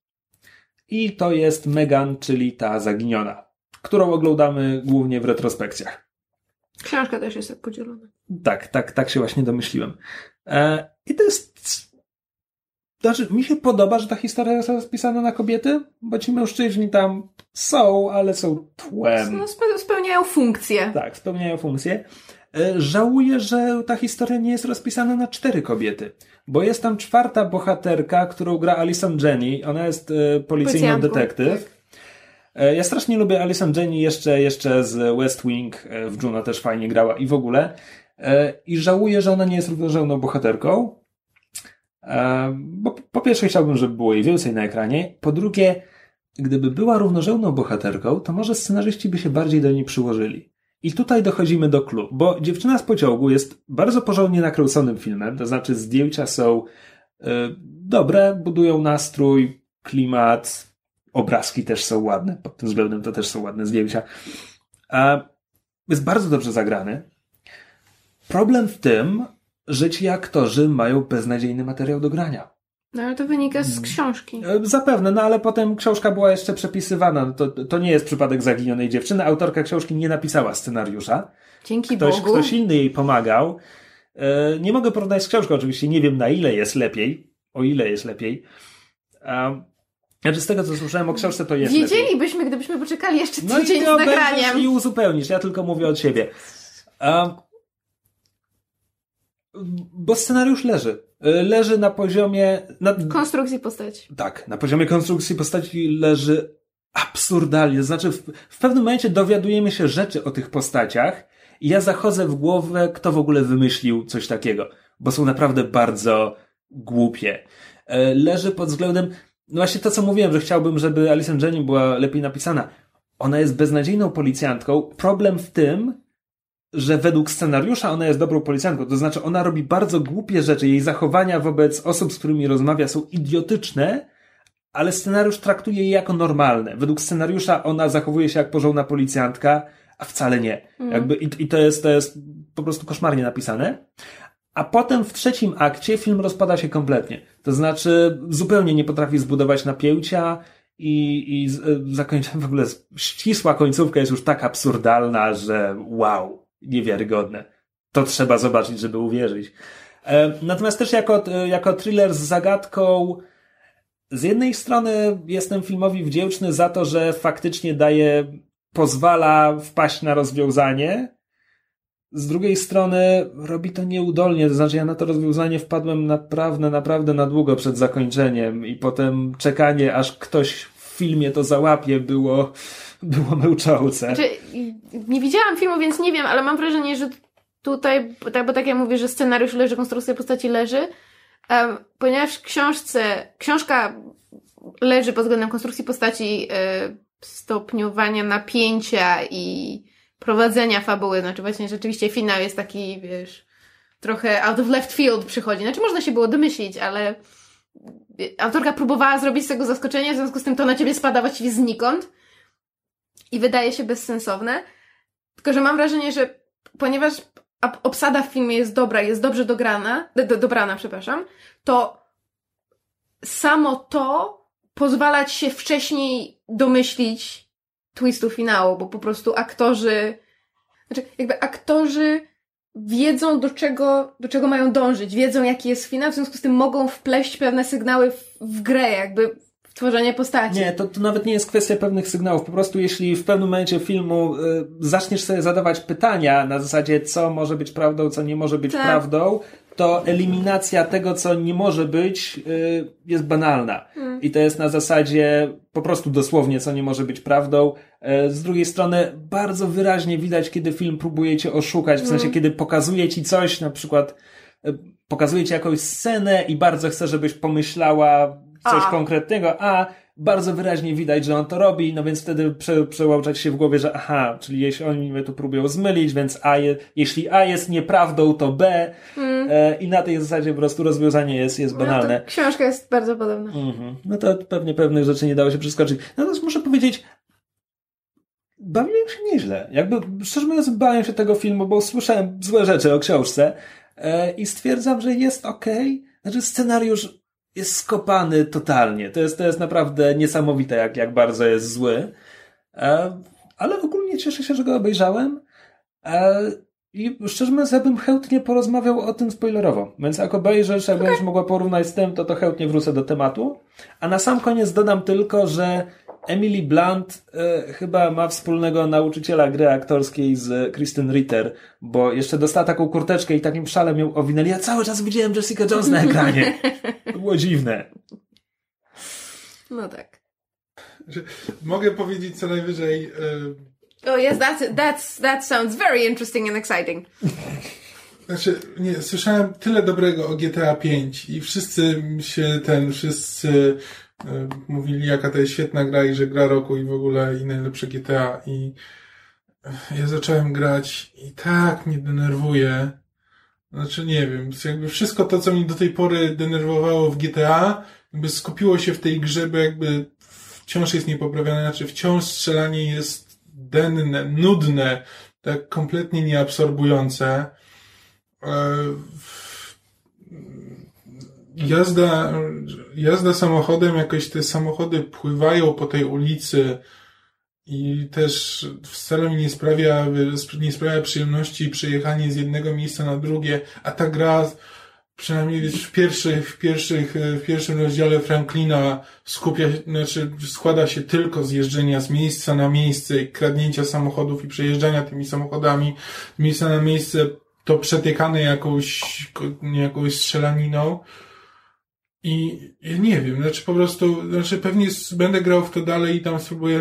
I to jest Megan, czyli ta zaginiona, którą oglądamy głównie w retrospekcjach. Książka też jest tak podzielona. Tak się właśnie domyśliłem. I to jest... Znaczy, mi się podoba, że ta historia jest rozpisana na kobiety, bo ci mężczyźni tam są, ale są tłem. Spełniają funkcję. Tak, spełniają funkcję. Żałuję, że ta historia nie jest rozpisana na 4 kobiety, bo jest tam 4. bohaterka, którą gra Alison Janney. Ona jest policyjną detektyw. Tak. Ja strasznie lubię Alison Janney jeszcze z West Wing, w Juno też fajnie grała i w ogóle. I żałuję, że ona nie jest równorzędną bohaterką, bo po pierwsze chciałbym, żeby było jej więcej na ekranie. Po drugie, gdyby była równorzędną bohaterką, to może scenarzyści by się bardziej do niej przyłożyli. I tutaj dochodzimy do clou, bo Dziewczyna z pociągu jest bardzo porządnie nakręconym filmem, to znaczy zdjęcia są dobre, budują nastrój, klimat, obrazki też są ładne, pod tym względem to też są ładne zdjęcia. Jest bardzo dobrze zagrany. Problem w tym, że ci aktorzy mają beznadziejny materiał do grania. No ale to wynika z książki. Zapewne, ale potem książka była jeszcze przepisywana. To nie jest przypadek zaginionej dziewczyny. Autorka książki nie napisała scenariusza. Dzięki Bogu. Ktoś inny jej pomagał. Nie mogę porównać z książką, oczywiście. Nie wiem, na ile jest lepiej. O ile jest lepiej. Znaczy z tego, co słyszałem o książce, to jest Wiedzielibyśmy, lepiej. gdybyśmy poczekali jeszcze tydzień z nagraniem. I uzupełnisz. Ja tylko mówię od siebie. Bo scenariusz leży na poziomie... konstrukcji postaci. Tak, na poziomie konstrukcji postaci leży absurdalnie. Znaczy w pewnym momencie dowiadujemy się rzeczy o tych postaciach i ja zachodzę w głowę, kto w ogóle wymyślił coś takiego, bo są naprawdę bardzo głupie. Leży pod względem... No właśnie to, co mówiłem, że chciałbym, żeby Alison Janney była lepiej napisana. Ona jest beznadziejną policjantką. Problem w tym, że według scenariusza ona jest dobrą policjantką. To znaczy ona robi bardzo głupie rzeczy. Jej zachowania wobec osób, z którymi rozmawia, są idiotyczne, ale scenariusz traktuje je jako normalne. Według scenariusza ona zachowuje się jak porządna policjantka, a wcale nie. I to jest po prostu koszmarnie napisane. a potem w trzecim akcie film rozpada się kompletnie. To znaczy zupełnie nie potrafi zbudować napięcia i zakończenie w ogóle ścisła końcówka jest już tak absurdalna, że wow, niewiarygodne. To trzeba zobaczyć, żeby uwierzyć. Natomiast też jako thriller z zagadką, z jednej strony jestem filmowi wdzięczny za to, że faktycznie pozwala wpaść na rozwiązanie. Z drugiej strony robi to nieudolnie, to znaczy ja na to rozwiązanie wpadłem naprawdę na długo przed zakończeniem i potem czekanie, aż ktoś w filmie to załapie, było męczące. Znaczy, nie widziałam filmu, więc nie wiem, ale mam wrażenie, że tutaj, bo tak jak mówię, że scenariusz leży, konstrukcja postaci leży, ponieważ w książka leży pod względem konstrukcji postaci, stopniowania napięcia i prowadzenia fabuły, znaczy właśnie rzeczywiście finał jest taki, wiesz, trochę out of left field przychodzi, znaczy można się było domyślić, ale autorka próbowała zrobić z tego zaskoczenie, w związku z tym to na ciebie spada właściwie znikąd i wydaje się bezsensowne, tylko że mam wrażenie, że ponieważ obsada w filmie jest dobra, jest dobrze dobrana, to samo to pozwala ci się wcześniej domyślić twistu finału, bo po prostu aktorzy wiedzą do czego mają dążyć, wiedzą jaki jest finał, w związku z tym mogą wpleść pewne sygnały w grę, jakby w tworzenie postaci. Nie, to nawet nie jest kwestia pewnych sygnałów, po prostu jeśli w pewnym momencie filmu zaczniesz sobie zadawać pytania na zasadzie co może być prawdą, co nie może być prawdą, to eliminacja tego, co nie może być, jest banalna. I to jest na zasadzie po prostu dosłownie, co nie może być prawdą. Z drugiej strony bardzo wyraźnie widać, kiedy film próbuje cię oszukać, w sensie, kiedy pokazuje ci coś, na przykład pokazuje ci jakąś scenę i bardzo chce, żebyś pomyślała coś konkretnego, a bardzo wyraźnie widać, że on to robi, no więc wtedy przełącza ci się w głowie, że czyli jeśli oni mnie tu próbują zmylić, więc jeśli A jest nieprawdą, to B i na tej zasadzie po prostu rozwiązanie jest banalne. No to książka jest bardzo podobna. No to pewnie pewnych rzeczy nie dało się przeskoczyć. Natomiast muszę powiedzieć, bawiłem się nieźle. Jakby, szczerze mówiąc, bałem się tego filmu, bo słyszałem złe rzeczy o książce i stwierdzam, że jest okej. Znaczy scenariusz jest skopany totalnie. To jest naprawdę niesamowite, jak bardzo jest zły. Ale ogólnie cieszę się, że go obejrzałem. I szczerze mówiąc, ja bym chętnie porozmawiał o tym spoilerowo. Więc jak obejrzysz, jak będziesz mogła porównać z tym, to chętnie wrócę do tematu. A na sam koniec dodam tylko, że Emily Blunt chyba ma wspólnego nauczyciela gry aktorskiej z Kristen Ritter, bo jeszcze dostała taką kurteczkę i takim szalem ją owinęli. Ja cały czas widziałem Jessica Jones na ekranie. To było dziwne. No tak. Mogę powiedzieć co najwyżej... Oh yes, that sounds very interesting and exciting. Znaczy, nie, słyszałem tyle dobrego o GTA 5 i wszyscy mówili, jaka to jest świetna gra i że gra roku i w ogóle i najlepsze GTA i ja zacząłem grać i tak mnie denerwuje. Znaczy, nie wiem, jakby wszystko to, co mnie do tej pory denerwowało w GTA, jakby skupiło się w tej grze, bo jakby wciąż jest niepoprawione, znaczy wciąż strzelanie jest denne, nudne, tak kompletnie nieabsorbujące. Jazda samochodem, jakoś te samochody pływają po tej ulicy i też wcale mi nie sprawia przyjemności przejechanie z jednego miejsca na drugie, a ta gra, przynajmniej w pierwszym rozdziale Franklina składa się tylko z jeżdżenia z miejsca na miejsce i kradnięcia samochodów i przejeżdżania tymi samochodami z miejsca na miejsce, to przetykane jakąś strzelaniną. I ja nie wiem, pewnie będę grał w to dalej i tam spróbuję,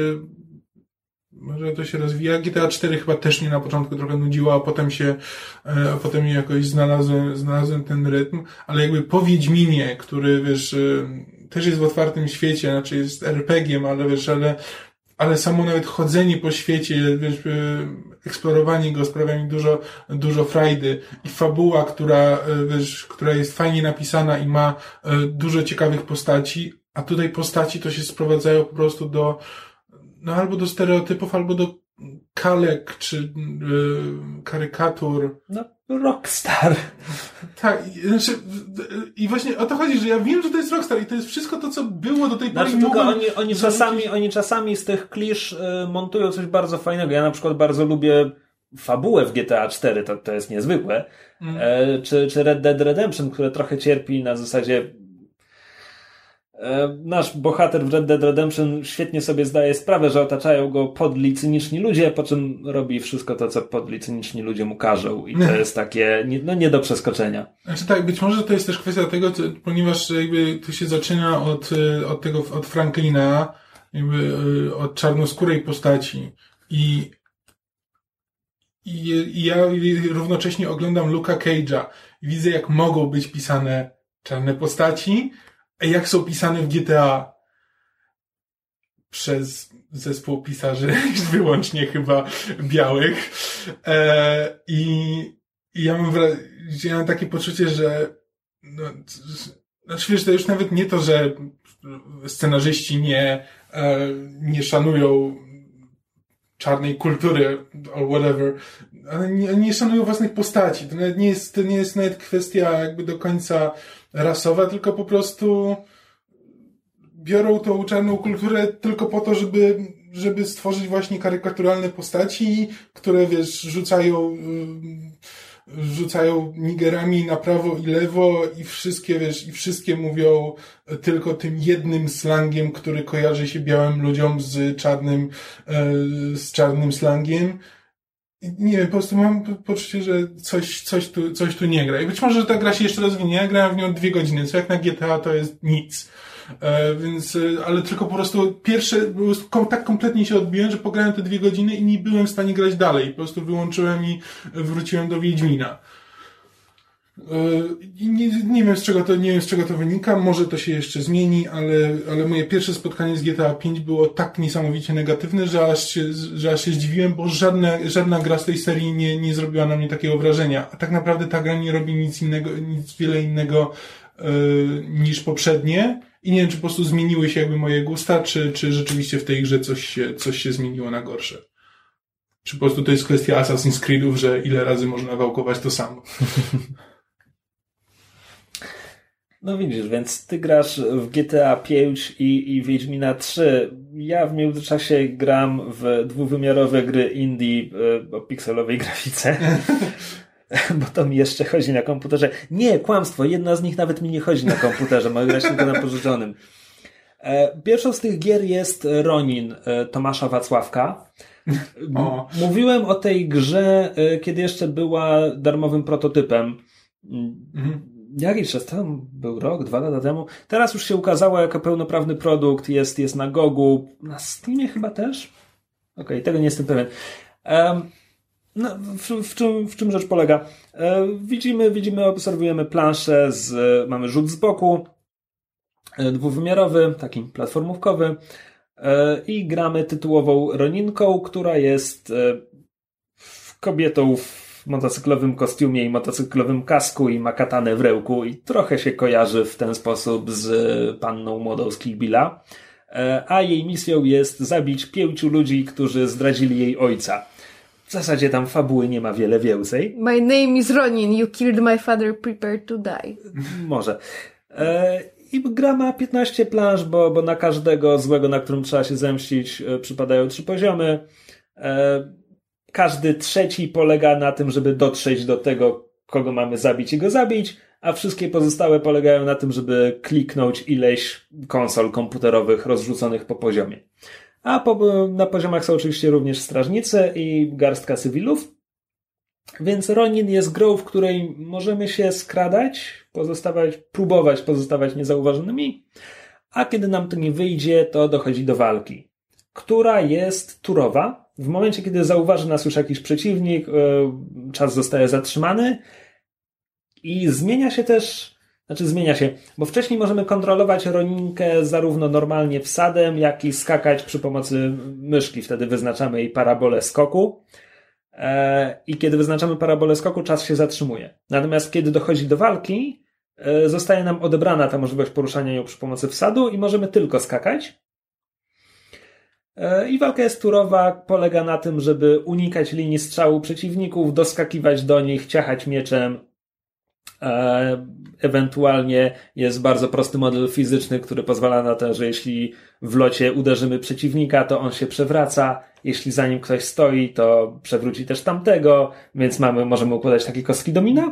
może to się rozwija. GTA 4 chyba też mnie na początku trochę nudziło, a potem jakoś znalazłem ten rytm, ale jakby po Wiedźminie, który, wiesz, też jest w otwartym świecie, znaczy jest RPG-iem, ale wiesz, ale samo nawet chodzenie po świecie, wiesz, eksplorowanie go sprawia mi dużo frajdy i fabuła, która jest fajnie napisana i ma dużo ciekawych postaci, a tutaj postaci to się sprowadzają po prostu albo do stereotypów, albo do kalek czy karykatur. No, Rockstar. Tak, znaczy, i właśnie o to chodzi, że ja wiem, że to jest Rockstar i to jest wszystko to, co było do tej pory. Znaczy, tylko oni czasami z tych klisz montują coś bardzo fajnego. Ja na przykład bardzo lubię fabułę w GTA 4, to jest niezwykłe. Czy Red Dead Redemption, które trochę cierpi na zasadzie nasz bohater w Red Dead Redemption świetnie sobie zdaje sprawę, że otaczają go podli, cyniczni ludzie, po czym robi wszystko to, co podli, cyniczni ludzie mu każą. I to jest takie, nie do przeskoczenia. Znaczy tak, być może to jest też kwestia tego, ponieważ jakby to się zaczyna od Franklina, jakby od czarnoskórej postaci. I ja równocześnie oglądam Luke'a Cage'a i widzę, jak mogą być pisane czarne postaci, a jak są pisane w GTA przez zespół pisarzy wyłącznie chyba białych. I ja mam takie poczucie, że znaczy wiesz, to już nawet nie to, że scenarzyści nie szanują czarnej kultury or whatever, ale nie szanują własnych postaci. To nie jest nawet kwestia jakby do końca rasowa, tylko po prostu biorą tą czarną kulturę tylko po to, żeby stworzyć właśnie karykaturalne postaci, które wiesz, rzucają nigerami na prawo i lewo i wszystkie mówią tylko tym jednym slangiem, który kojarzy się białym ludziom z czarnym slangiem. Nie wiem, po prostu mam poczucie, że coś tu nie gra. I być może, że ta gra się jeszcze rozwinie. Ja grałem w nią 2 godziny, co jak na GTA to jest nic. Więc, ale tylko po prostu tak kompletnie się odbiłem, że pograłem te 2 godziny i nie byłem w stanie grać dalej. Po prostu wyłączyłem i wróciłem do Wiedźmina. Nie wiem z czego to wynika, może to się jeszcze zmieni, ale moje pierwsze spotkanie z GTA 5 było tak niesamowicie negatywne, że aż się zdziwiłem, bo żadna gra z tej serii nie zrobiła na mnie takiego wrażenia. A tak naprawdę ta gra nie robi nic wiele innego niż poprzednie i nie wiem, czy po prostu zmieniły się jakby moje gusta, czy rzeczywiście w tej grze coś się zmieniło na gorsze. Czy po prostu to jest kwestia Assassin's Creedów, że ile razy można wałkować to samo. No widzisz, więc ty grasz w GTA 5 i Wiedźmina 3. Ja w międzyczasie gram w dwuwymiarowe gry indie o pikselowej grafice. Bo to mi jeszcze chodzi na komputerze. Nie, kłamstwo, jedna z nich nawet mi nie chodzi na komputerze, mogę grać tylko na pożyczonym. Pierwszą z tych gier jest Ronin Tomasza Wacławka. Mówiłem o tej grze, kiedy jeszcze była darmowym prototypem. Jakiś czas temu, był rok, 2 lata temu. Teraz już się ukazała jako pełnoprawny produkt, jest na Gogu, na Steamie chyba też? Okej, tego nie jestem pewien. No, w czym rzecz polega? Widzimy, obserwujemy planszę, mamy rzut z boku, dwuwymiarowy, taki platformówkowy i gramy tytułową Roninką, która jest kobietą w motocyklowym kostiumie i motocyklowym kasku i ma katanę w ręku i trochę się kojarzy w ten sposób z panną młodą z Kill Billa, a jej misją jest zabić 5 ludzi, którzy zdradzili jej ojca. W zasadzie tam fabuły nie ma wiele więcej. My name is Ronin, you killed my father, prepare to die. Może. I gra ma 15 planż, bo na każdego złego, na którym trzeba się zemścić, przypadają 3 poziomy. Każdy trzeci polega na tym, żeby dotrzeć do tego, kogo mamy zabić i go zabić, a wszystkie pozostałe polegają na tym, żeby kliknąć ileś konsol komputerowych rozrzuconych po poziomie. A na poziomach są oczywiście również strażnicy i garstka cywilów. Więc Ronin jest grą, w której możemy się skradać, próbować pozostawać niezauważonymi, a kiedy nam to nie wyjdzie, to dochodzi do walki, która jest turowa. W momencie, kiedy zauważy nas już jakiś przeciwnik, czas zostaje zatrzymany i zmienia się, bo wcześniej możemy kontrolować Roninkę zarówno normalnie wsadem, jak i skakać przy pomocy myszki. Wtedy wyznaczamy jej parabolę skoku i kiedy wyznaczamy parabolę skoku, czas się zatrzymuje. Natomiast kiedy dochodzi do walki, zostaje nam odebrana ta możliwość poruszania ją przy pomocy wsadu i możemy tylko skakać. I walka jest turowa, polega na tym, żeby unikać linii strzału przeciwników, doskakiwać do nich, ciachać mieczem. Ewentualnie jest bardzo prosty model fizyczny, który pozwala na to, że jeśli w locie uderzymy przeciwnika, to on się przewraca. Jeśli za nim ktoś stoi, to przewróci też tamtego, więc możemy układać takie kostki domina.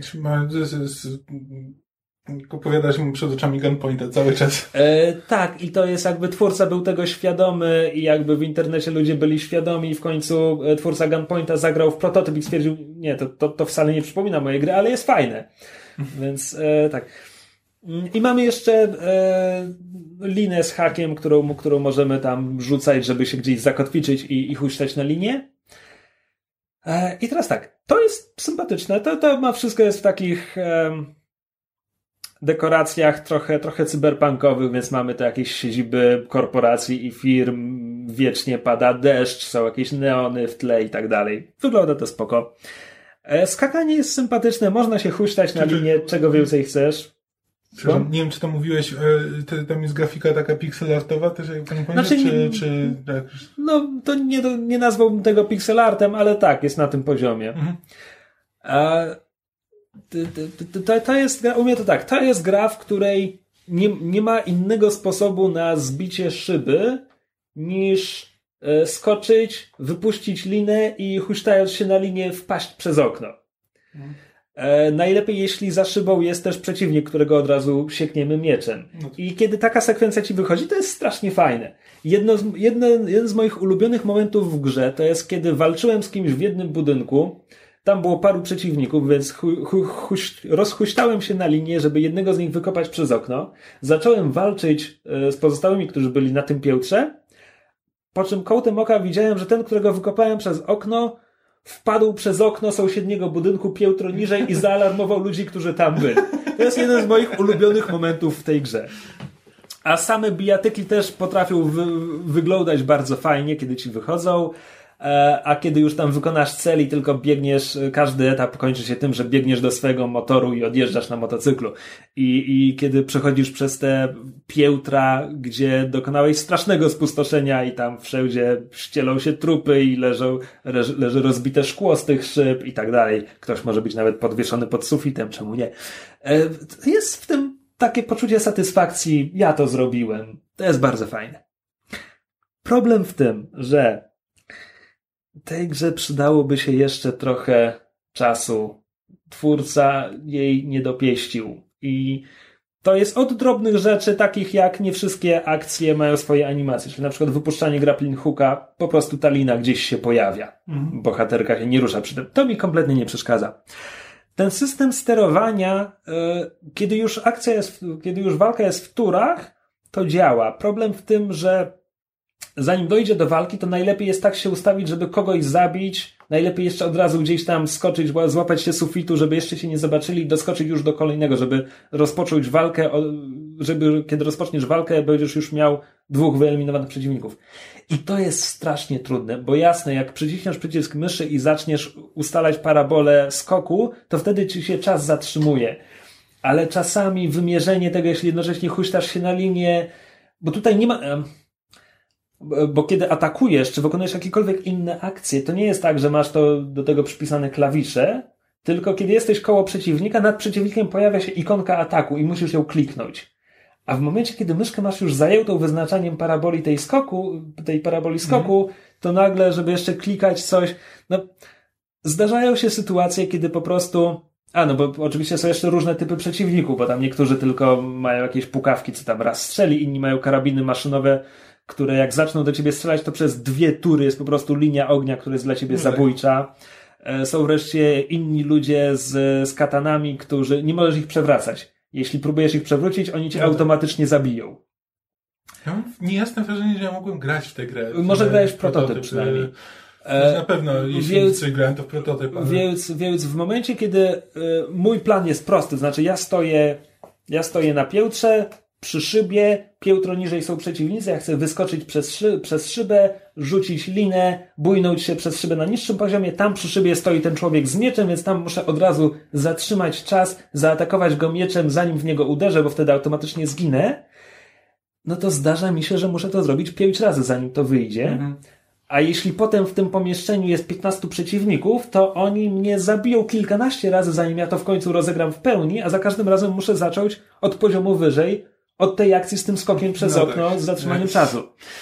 Opowiadasz mu przed oczami Gunpointa cały czas. Tak, i to jest jakby twórca był tego świadomy i jakby w internecie ludzie byli świadomi i w końcu twórca Gunpointa zagrał w prototyp i stwierdził, nie, to wcale nie przypomina mojej gry, ale jest fajne. Więc tak. I mamy jeszcze linę z hakiem, którą możemy tam rzucać, żeby się gdzieś zakotwiczyć i huśtać na linię. I teraz tak, to jest sympatyczne, to ma wszystko jest w takich dekoracjach trochę cyberpunkowych, więc mamy to jakieś siedziby korporacji i firm, wiecznie pada deszcz, są jakieś neony w tle i tak dalej. Wygląda to spoko. Skakanie jest sympatyczne, można się huśtać na linię, czego więcej chcesz. Nie wiem, czy to mówiłeś, tam jest grafika taka pixelartowa też, jak pani pamięta, znaczy, czy tak? No, to nie nazwałbym tego pixelartem, ale tak, jest na tym poziomie. Mhm. To jest, u mnie to tak, to jest gra, w której nie ma innego sposobu na zbicie szyby niż skoczyć, wypuścić linę i huśtając się na linię wpaść przez okno. Najlepiej, jeśli za szybą jest też przeciwnik, którego od razu siekniemy mieczem. I kiedy taka sekwencja ci wychodzi, to jest strasznie fajne. Jeden z moich ulubionych momentów w grze to jest, kiedy walczyłem z kimś w jednym budynku. Tam było paru przeciwników, więc rozhuśtałem się na linię, żeby jednego z nich wykopać przez okno. Zacząłem walczyć z pozostałymi, którzy byli na tym piętrze. Po czym kątem oka widziałem, że ten, którego wykopałem przez okno, wpadł przez okno sąsiedniego budynku piętro niżej i zaalarmował ludzi, którzy tam byli. To jest jeden z moich ulubionych momentów w tej grze. A same bijatyki też potrafią wyglądać bardzo fajnie, kiedy ci wychodzą. A kiedy już tam wykonasz cel i tylko biegniesz, każdy etap kończy się tym, że biegniesz do swojego motoru i odjeżdżasz na motocyklu. I kiedy przechodzisz przez te piętra, gdzie dokonałeś strasznego spustoszenia i tam wszędzie ścielą się trupy i leży rozbite szkło z tych szyb i tak dalej. Ktoś może być nawet podwieszony pod sufitem, czemu nie? Jest w tym takie poczucie satysfakcji, ja to zrobiłem. To jest bardzo fajne. Problem w tym, że tej grze przydałoby się jeszcze trochę czasu. Twórca jej nie dopieścił. I to jest od drobnych rzeczy, takich jak nie wszystkie akcje mają swoje animacje. Czyli na przykład wypuszczanie grappling hooka, po prostu ta lina gdzieś się pojawia. Bohaterka się nie rusza przy tym. To mi kompletnie nie przeszkadza. Ten system sterowania, kiedy już walka jest w turach, to działa. Problem w tym, że zanim dojdzie do walki, to najlepiej jest tak się ustawić, żeby kogoś zabić. Najlepiej jeszcze od razu gdzieś tam skoczyć, złapać się sufitu, żeby jeszcze się nie zobaczyli i doskoczyć już do kolejnego, żeby rozpocząć walkę, żeby kiedy rozpoczniesz walkę, będziesz już miał 2 wyeliminowanych przeciwników. I to jest strasznie trudne, bo jasne, jak przyciśniesz przycisk myszy i zaczniesz ustalać parabolę skoku, to wtedy ci się czas zatrzymuje. Ale czasami wymierzenie tego, jeśli jednocześnie huśtasz się na linię, bo tutaj nie ma... Bo kiedy atakujesz, czy wykonujesz jakiekolwiek inne akcje, to nie jest tak, że masz to do tego przypisane klawisze, tylko kiedy jesteś koło przeciwnika, nad przeciwnikiem pojawia się ikonka ataku i musisz ją kliknąć. A w momencie, kiedy myszkę masz już zajętą wyznaczaniem paraboli tej paraboli skoku, to nagle, żeby jeszcze klikać coś, zdarzają się sytuacje, kiedy po prostu... bo oczywiście są jeszcze różne typy przeciwników, bo tam niektórzy tylko mają jakieś pukawki, co tam raz strzeli, inni mają karabiny maszynowe, które jak zaczną do ciebie strzelać, to przez 2 tury jest po prostu linia ognia, która jest dla ciebie zabójcza. Są wreszcie inni ludzie z katanami, którzy nie możesz ich przewracać. Jeśli próbujesz ich przewrócić, oni cię automatycznie zabiją. Ja mam niejasne wrażenie, że ja mogłem grać w tę grę. Może grałeś w prototyp przynajmniej. Na pewno, jeśli coś grałem, to w prototyp. Ale... Więc w momencie, kiedy mój plan jest prosty, znaczy ja stoję na piętrze, przy szybie, piętro niżej są przeciwnicy, ja chcę wyskoczyć przez szybę, rzucić linę, bujnąć się przez szybę na niższym poziomie, tam przy szybie stoi ten człowiek z mieczem, więc tam muszę od razu zatrzymać czas, zaatakować go mieczem, zanim w niego uderzę, bo wtedy automatycznie zginę. no to zdarza mi się, że muszę to zrobić 5 razy, zanim to wyjdzie. A jeśli potem w tym pomieszczeniu jest 15 przeciwników, to oni mnie zabiją kilkanaście razy, zanim ja to w końcu rozegram w pełni, a za każdym razem muszę zacząć od poziomu wyżej, od tej akcji z tym skokiem przez okno, z zatrzymaniem czasu.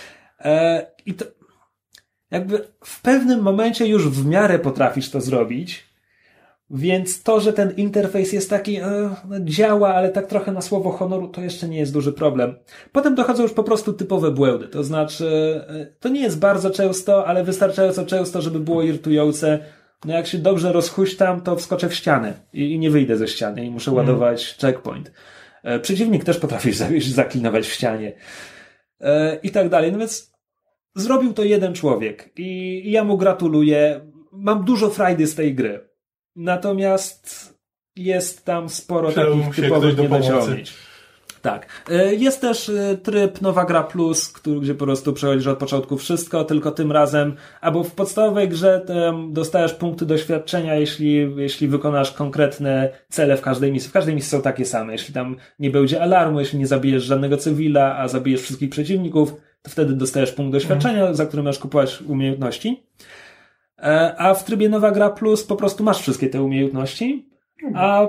I to jakby w pewnym momencie już w miarę potrafisz to zrobić, więc to, że ten interfejs jest taki, działa, ale tak trochę na słowo honoru, to jeszcze nie jest duży problem. Potem dochodzą już po prostu typowe błędy, to znaczy, to nie jest bardzo często, ale wystarczająco często, żeby było irytujące. No jak się dobrze rozhuśtam, to wskoczę w ścianę i nie wyjdę ze ściany i muszę ładować checkpoint. Przeciwnik też potrafi zaklinować w ścianie. I tak dalej. No więc zrobił to jeden człowiek i ja mu gratuluję. Mam dużo frajdy z tej gry. Natomiast jest tam sporo takich typowych niedociągnięć. Tak. Jest też tryb Nowa Gra Plus, gdzie po prostu przechodzisz od początku wszystko, tylko tym razem, albo w podstawowej grze dostajesz punkty doświadczenia, jeśli wykonasz konkretne cele w każdej misji. W każdej misji są takie same. Jeśli tam nie będzie alarmu, jeśli nie zabijesz żadnego cywila, a zabijesz wszystkich przeciwników, to wtedy dostajesz punkt doświadczenia, za który możesz kupować umiejętności. A w trybie Nowa Gra Plus po prostu masz wszystkie te umiejętności, a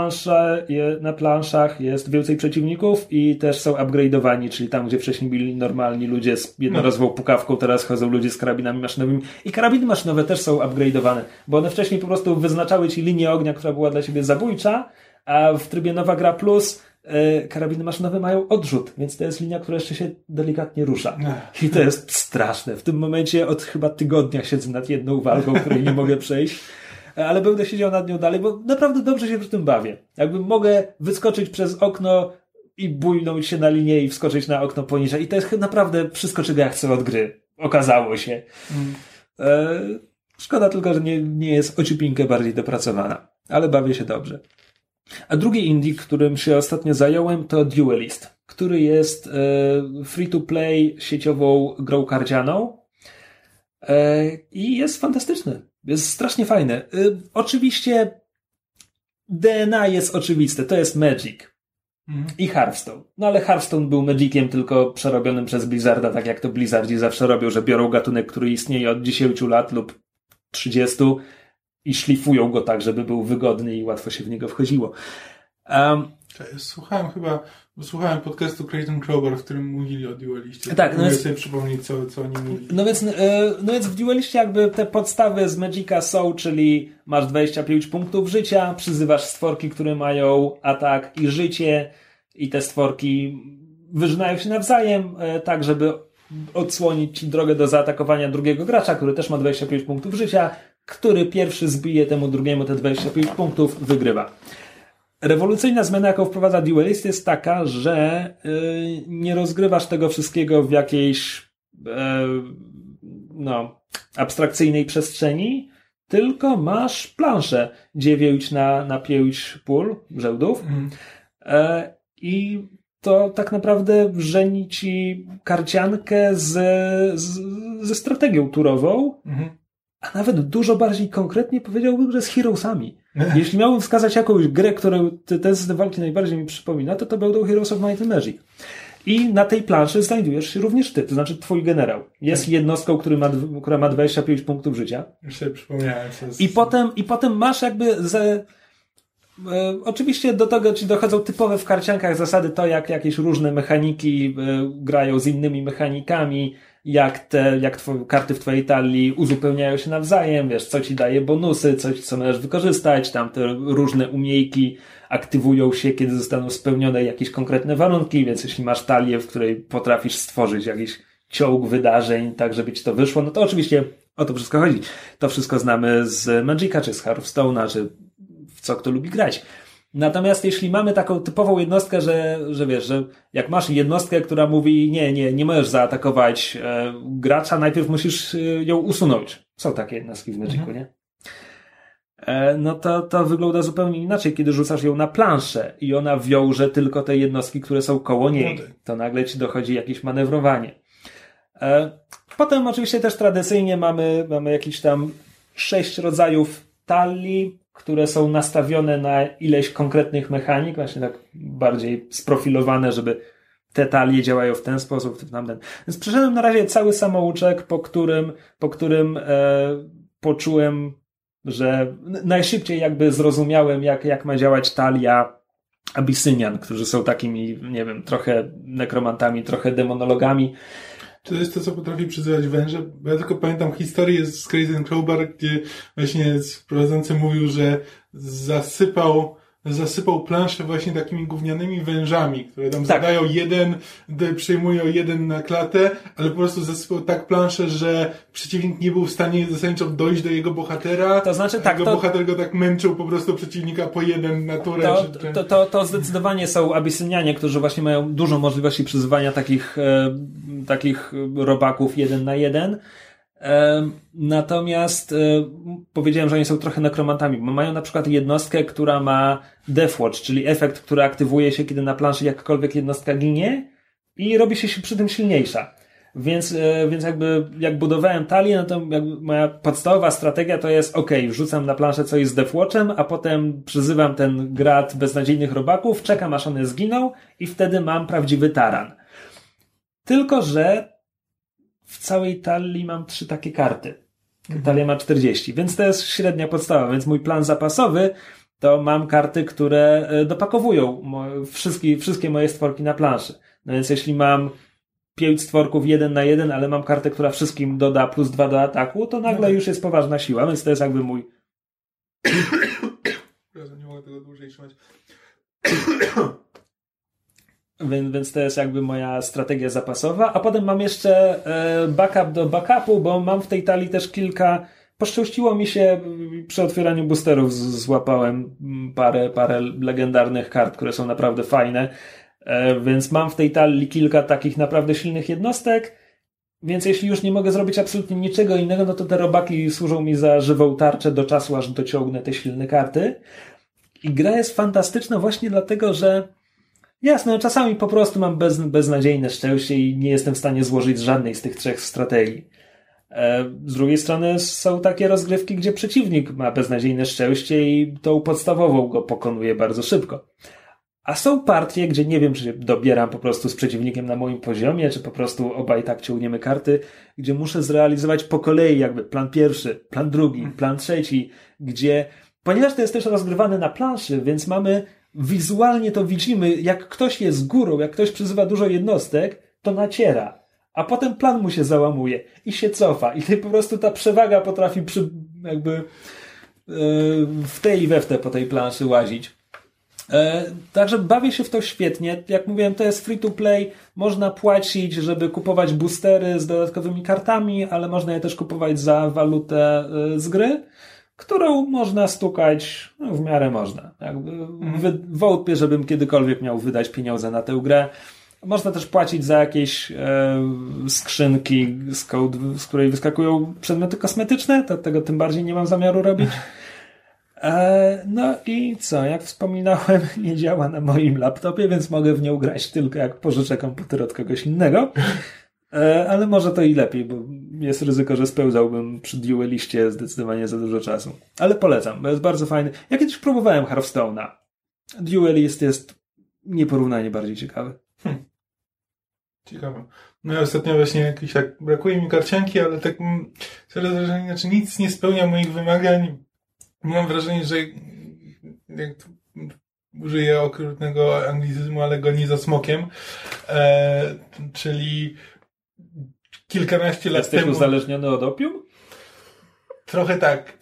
na planszach jest więcej przeciwników i też są upgrade'owani, czyli tam, gdzie wcześniej byli normalni ludzie z jednorazową pukawką, teraz chodzą ludzie z karabinami maszynowymi i karabiny maszynowe też są upgrade'owane, bo one wcześniej po prostu wyznaczały ci linię ognia, która była dla ciebie zabójcza, a w trybie Nowa Gra Plus karabiny maszynowe mają odrzut, więc to jest linia, która jeszcze się delikatnie rusza. I to jest straszne. W tym momencie od chyba tygodnia siedzę nad jedną walką, której nie mogę przejść, ale będę siedział nad nią dalej, bo naprawdę dobrze się przy tym bawię. Jakby mogę wyskoczyć przez okno i bujnąć się na linię i wskoczyć na okno poniżej. I to jest naprawdę wszystko, czego ja chcę od gry. Okazało się. Szkoda tylko, że nie jest o ciupinkę bardziej dopracowana. Ale bawię się dobrze. A drugi indie, którym się ostatnio zająłem, to Duelist, który jest free-to-play sieciową grą karcianą i jest fantastyczny. Jest strasznie fajny. Oczywiście DNA jest oczywiste. To jest Magic i Hearthstone. No ale Hearthstone był Magiciem tylko przerobionym przez Blizzarda, tak jak to Blizzardzi zawsze robią, że biorą gatunek, który istnieje od 10 lat lub 30 i szlifują go tak, żeby był wygodny i łatwo się w niego wchodziło. Słuchałem podcastu Creighton Crowbar, w którym mówili o Dueliście. Tak, mogę sobie przypomnieć, co oni mówili. No więc w Dueliście jakby te podstawy z Magica są, czyli masz 25 punktów życia, przyzywasz stworki, które mają atak i życie i te stworki wyżynają się nawzajem, tak żeby odsłonić ci drogę do zaatakowania drugiego gracza, który też ma 25 punktów życia, który pierwszy zbije temu drugiemu te 25 punktów, wygrywa. Rewolucyjna zmiana, jaką wprowadza Duelist, jest taka, że nie rozgrywasz tego wszystkiego w jakiejś abstrakcyjnej przestrzeni, tylko masz planszę 9 na 5 pól, żełdów i to tak naprawdę żeni ci karciankę ze strategią turową, a nawet dużo bardziej konkretnie powiedziałbym, że z Heroesami. Jeśli miałbym wskazać jakąś grę, którą ten system walki najbardziej mi przypomina, to będą Heroes of Might and Magic. I na tej planszy znajdujesz się również ty, to znaczy twój generał. Jest jednostką, która ma 25 punktów życia. Już sobie przypomniałem. I potem masz jakby oczywiście do tego ci dochodzą typowe w karciankach zasady to, jak jakieś różne mechaniki grają z innymi mechanikami, jak karty w twojej talii uzupełniają się nawzajem, wiesz, co ci daje bonusy, co możesz wykorzystać, tam te różne umiejki aktywują się, kiedy zostaną spełnione jakieś konkretne warunki, więc jeśli masz talię, w której potrafisz stworzyć jakiś ciąg wydarzeń, tak żeby ci to wyszło, no to oczywiście o to wszystko chodzi. To wszystko znamy z Magica, czy z Hearthstone'a, czy w co kto lubi grać. Natomiast jeśli mamy taką typową jednostkę, że wiesz, że jak masz jednostkę, która mówi nie możesz zaatakować gracza, najpierw musisz ją usunąć. Są takie jednostki w Magicu, nie? No to wygląda zupełnie inaczej, kiedy rzucasz ją na planszę i ona wiąże tylko te jednostki, które są koło niej. To nagle ci dochodzi jakieś manewrowanie. Potem oczywiście też tradycyjnie mamy jakieś tam 6 rodzajów talii, które są nastawione na ileś konkretnych mechanik, właśnie tak bardziej sprofilowane, żeby te talie działają w ten sposób, w tamten. Więc przeszedłem na razie cały samouczek, po którym poczułem, że najszybciej jakby zrozumiałem, jak ma działać talia Abyssinian, którzy są takimi, nie wiem, trochę nekromantami, trochę demonologami. To jest to, co potrafi przyzywać węże. Ja tylko pamiętam historię z Crazy and Crowbar, gdzie właśnie prowadzący mówił, że zasypał planszę właśnie takimi gównianymi wężami, które tam zadają przejmują jeden na klatę, ale po prostu zasypał tak planszę, że przeciwnik nie był w stanie zasadniczo dojść do jego bohatera. To znaczy tak, bohater go tak męczył po prostu przeciwnika po jeden na turę. To zdecydowanie są Abyssinianie, którzy właśnie mają dużo możliwości przyzywania takich robaków 1 na 1. Natomiast powiedziałem, że oni są trochę nekromantami, bo mają na przykład jednostkę, która ma Deathwatch, czyli efekt, który aktywuje się, kiedy na planszy jakakolwiek jednostka ginie i robi się przy tym silniejsza. Więc jakby jak budowałem talię, no to moja podstawowa strategia to jest wrzucam na planszę coś z Deathwatchem, a potem przyzywam ten grad beznadziejnych robaków, czekam aż one zginą i wtedy mam prawdziwy taran. Tylko że w całej talii mam 3 takie karty. Talia ma 40, więc to jest średnia podstawa, więc mój plan zapasowy to mam karty, które dopakowują wszystkie moje stworki na planszy. No więc jeśli mam 5 stworków 1 na 1, ale mam kartę, która wszystkim doda +2 do ataku, to nagle już jest poważna siła, więc to jest jakby mój... Nie mogę tego dłużej trzymać. Więc to jest jakby moja strategia zapasowa, a potem mam jeszcze backup do backupu, bo mam w tej talii też kilka, poszczęściło mi się przy otwieraniu boosterów, złapałem parę legendarnych kart, które są naprawdę fajne, więc mam w tej talii kilka takich naprawdę silnych jednostek, więc jeśli już nie mogę zrobić absolutnie niczego innego, no to te robaki służą mi za żywą tarczę do czasu, aż dociągnę te silne karty. I gra jest fantastyczna właśnie dlatego, że jasne, czasami po prostu mam beznadziejne szczęście i nie jestem w stanie złożyć żadnej z tych 3 strategii. Z drugiej strony są takie rozgrywki, gdzie przeciwnik ma beznadziejne szczęście i tą podstawową go pokonuje bardzo szybko. A są partie, gdzie nie wiem, czy dobieram po prostu z przeciwnikiem na moim poziomie, czy po prostu obaj tak ciągniemy karty, gdzie muszę zrealizować po kolei jakby plan pierwszy, plan drugi, plan trzeci, gdzie, ponieważ to jest też rozgrywane na planszy, więc wizualnie to widzimy, jak ktoś jest górą, jak ktoś przyzywa dużo jednostek, to naciera. A potem plan mu się załamuje i się cofa. I po prostu ta przewaga potrafi w te i we w te po tej planszy łazić. Także bawię się w to świetnie. Jak mówiłem, to jest free to play. Można płacić, żeby kupować boostery z dodatkowymi kartami, ale można je też kupować za walutę z gry, którą można stukać, w miarę można. Wątpię, żebym kiedykolwiek miał wydać pieniądze na tę grę. Można też płacić za jakieś skrzynki z której wyskakują przedmioty kosmetyczne, tego tym bardziej nie mam zamiaru robić. No i co, jak wspominałem, nie działa na moim laptopie, więc mogę w nią grać tylko jak pożyczę komputer od kogoś innego. Ale może to i lepiej, bo jest ryzyko, że spełzałbym przy Dueliście zdecydowanie za dużo czasu. Ale polecam, bo jest bardzo fajny. Ja kiedyś próbowałem Hearthstone'a. Duelist jest nieporównanie bardziej ciekawy. Ciekawe. No ja ostatnio właśnie jakiś tak brakuje mi karcianki, ale tak coraz wrażenie, znaczy nic nie spełnia moich wymagań. Mam wrażenie, że jak użyję okrutnego anglicyzmu, ale goni za smokiem. Czyli kilkanaście lat temu... Jesteś uzależniony od opium? Trochę tak.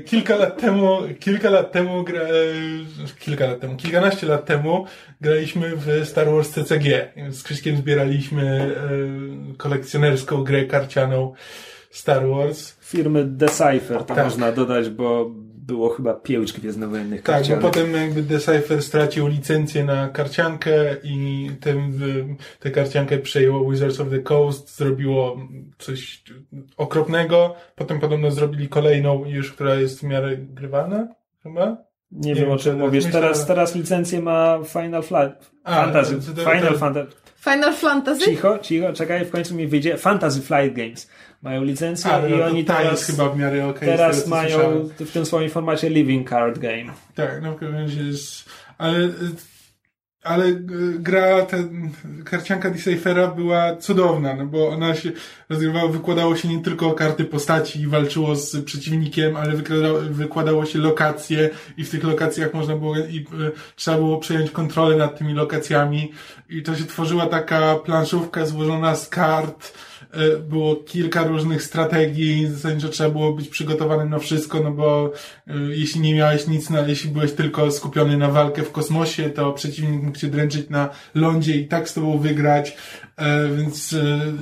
Kilkanaście lat temu graliśmy w Star Wars CCG. Z Krzyśkiem zbieraliśmy kolekcjonerską grę karcianą Star Wars. Firmy Decipher, to tak. Można dodać, bo było chyba 5 gwiezdnowojennych karcianek. Tak, bo potem jakby Decipher stracił licencję na karciankę i tę karciankę przejęło Wizards of the Coast, zrobiło coś okropnego, potem podobno zrobili kolejną już, która jest w miarę grywalna, chyba? Nie wiem o czym mówisz. Teraz licencję ma Final Fantasy. Final Fantasy? Cicho, czekaj, w końcu mi wyjdzie. Fantasy Flight Games mają licencję i oni teraz jest chyba w miarę okej. Teraz mają w tym swoim formacie Living Card Game. Tak, no w każdym razie jest... Ale ale gra, karcianka Decipher'a była cudowna, no bo ona się rozgrywała, wykładało się nie tylko karty postaci i walczyło z przeciwnikiem, ale wykładało się lokacje i w tych lokacjach można było trzeba było przejąć kontrolę nad tymi lokacjami i to się tworzyła taka planszówka złożona z kart. Było kilka różnych strategii, zasadniczo trzeba było być przygotowanym na wszystko, no bo jeśli nie miałeś nic, jeśli byłeś tylko skupiony na walkę w kosmosie, to przeciwnik mógł cię dręczyć na lądzie i tak z tobą wygrać, więc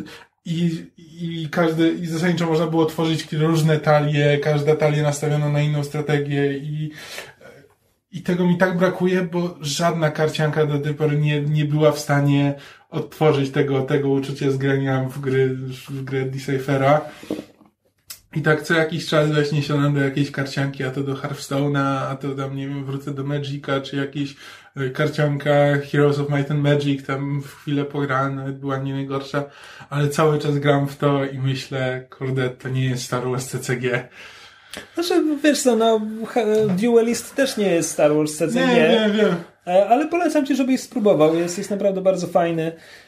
i zasadniczo można było tworzyć różne talie, każda talia nastawiona na inną strategię i tego mi tak brakuje, bo żadna karcianka do tej pory nie była w stanie odtworzyć tego uczucia z grania w grę Decipher'a. I tak co jakiś czas właśnie siadam do jakiejś karcianki, a to do Hearthstone'a, a to tam, nie wiem, wrócę do Magica, czy jakiejś karcianka Heroes of Might and Magic, tam w chwilę pograłem, nawet była nie najgorsza, ale cały czas gram w to i myślę, kurde, to nie jest Star Wars CCG. Znaczy, wiesz co, no, Duelist też nie jest Star Wars CCG. Nie. Ale polecam ci, żebyś spróbował. Jest naprawdę bardzo fajny.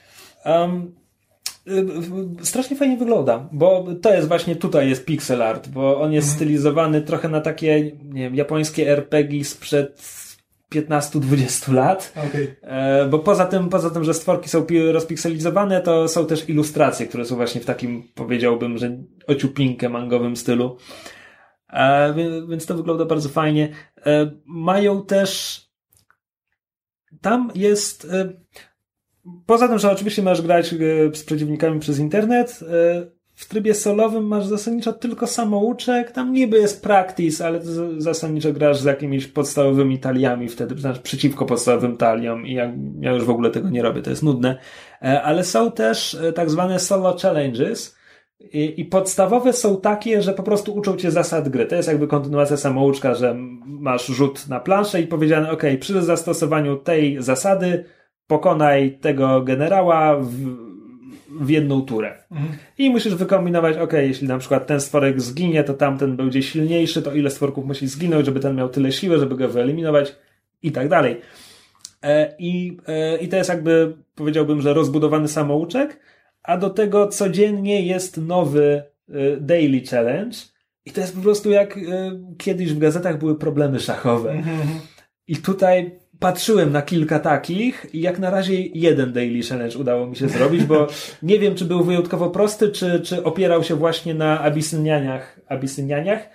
Strasznie fajnie wygląda, bo to jest właśnie, tutaj jest pixel art, bo on jest stylizowany trochę na takie, nie wiem, japońskie RPG sprzed 15-20 lat. Okay. Bo poza tym, że stworki są rozpikselizowane, to są też ilustracje, które są właśnie w takim, powiedziałbym, że ociupinkę mangowym stylu. Więc to wygląda bardzo fajnie. Mają też... Tam jest... Poza tym, że oczywiście możesz grać z przeciwnikami przez internet, w trybie solowym masz zasadniczo tylko samouczek. Tam niby jest practice, ale zasadniczo grasz z jakimiś podstawowymi taliami wtedy, znaczy przeciwko podstawowym taliom i ja już w ogóle tego nie robię, to jest nudne. Ale są też tak zwane solo challenges, i podstawowe są takie, że po prostu uczą cię zasad gry. To jest jakby kontynuacja samouczka, że masz rzut na planszę i powiedziane, ok, przy zastosowaniu tej zasady pokonaj tego generała w jedną turę. I musisz wykombinować, ok, jeśli na przykład ten stworek zginie, to tamten będzie silniejszy, to ile stworków musi zginąć, żeby ten miał tyle siły, żeby go wyeliminować i tak dalej. I to jest jakby, powiedziałbym, że rozbudowany samouczek, a do tego codziennie jest nowy daily challenge i to jest po prostu jak kiedyś w gazetach były problemy szachowe. I tutaj patrzyłem na kilka takich i jak na razie jeden daily challenge udało mi się zrobić, bo nie wiem, czy był wyjątkowo prosty, czy opierał się właśnie na Abysynianiach,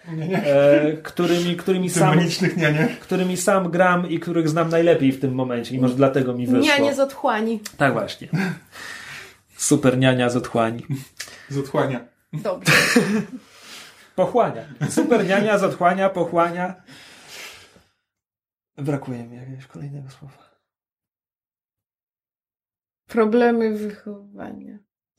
którymi sam gram i których znam najlepiej w tym momencie i może dlatego mi wyszło. Nianie z otchłani. Tak właśnie. Super niania z otchłani. Z otchłania. Dobrze. Pochłania. Super niania z otchłania, pochłania. Brakuje mi jakiegoś kolejnego słowa. Problemy wychowania.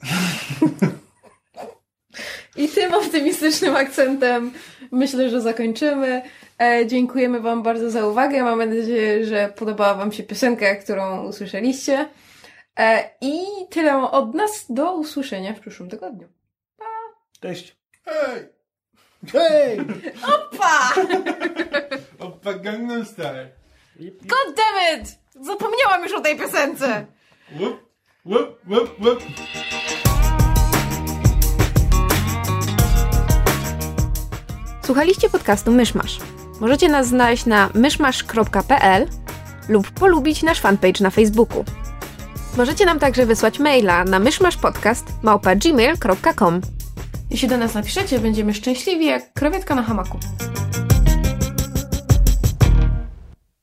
I tym optymistycznym akcentem myślę, że zakończymy. Dziękujemy wam bardzo za uwagę. Mam nadzieję, że podobała wam się piosenka, którą usłyszeliście. I tyle od nas. Do usłyszenia w przyszłym tygodniu. Pa! Cześć! Hej! Hej! Opa! Oppa Gangnam Style. God damn it! Zapomniałam już o tej piosence! Łup, łup, łup, łup. Słuchaliście podcastu Myszmasz. Możecie nas znaleźć na myszmasz.pl lub polubić nasz fanpage na Facebooku. Możecie nam także wysłać maila na myszmaszpodcast@gmail.com. Jeśli do nas napiszecie, będziemy szczęśliwi jak krewetka na hamaku.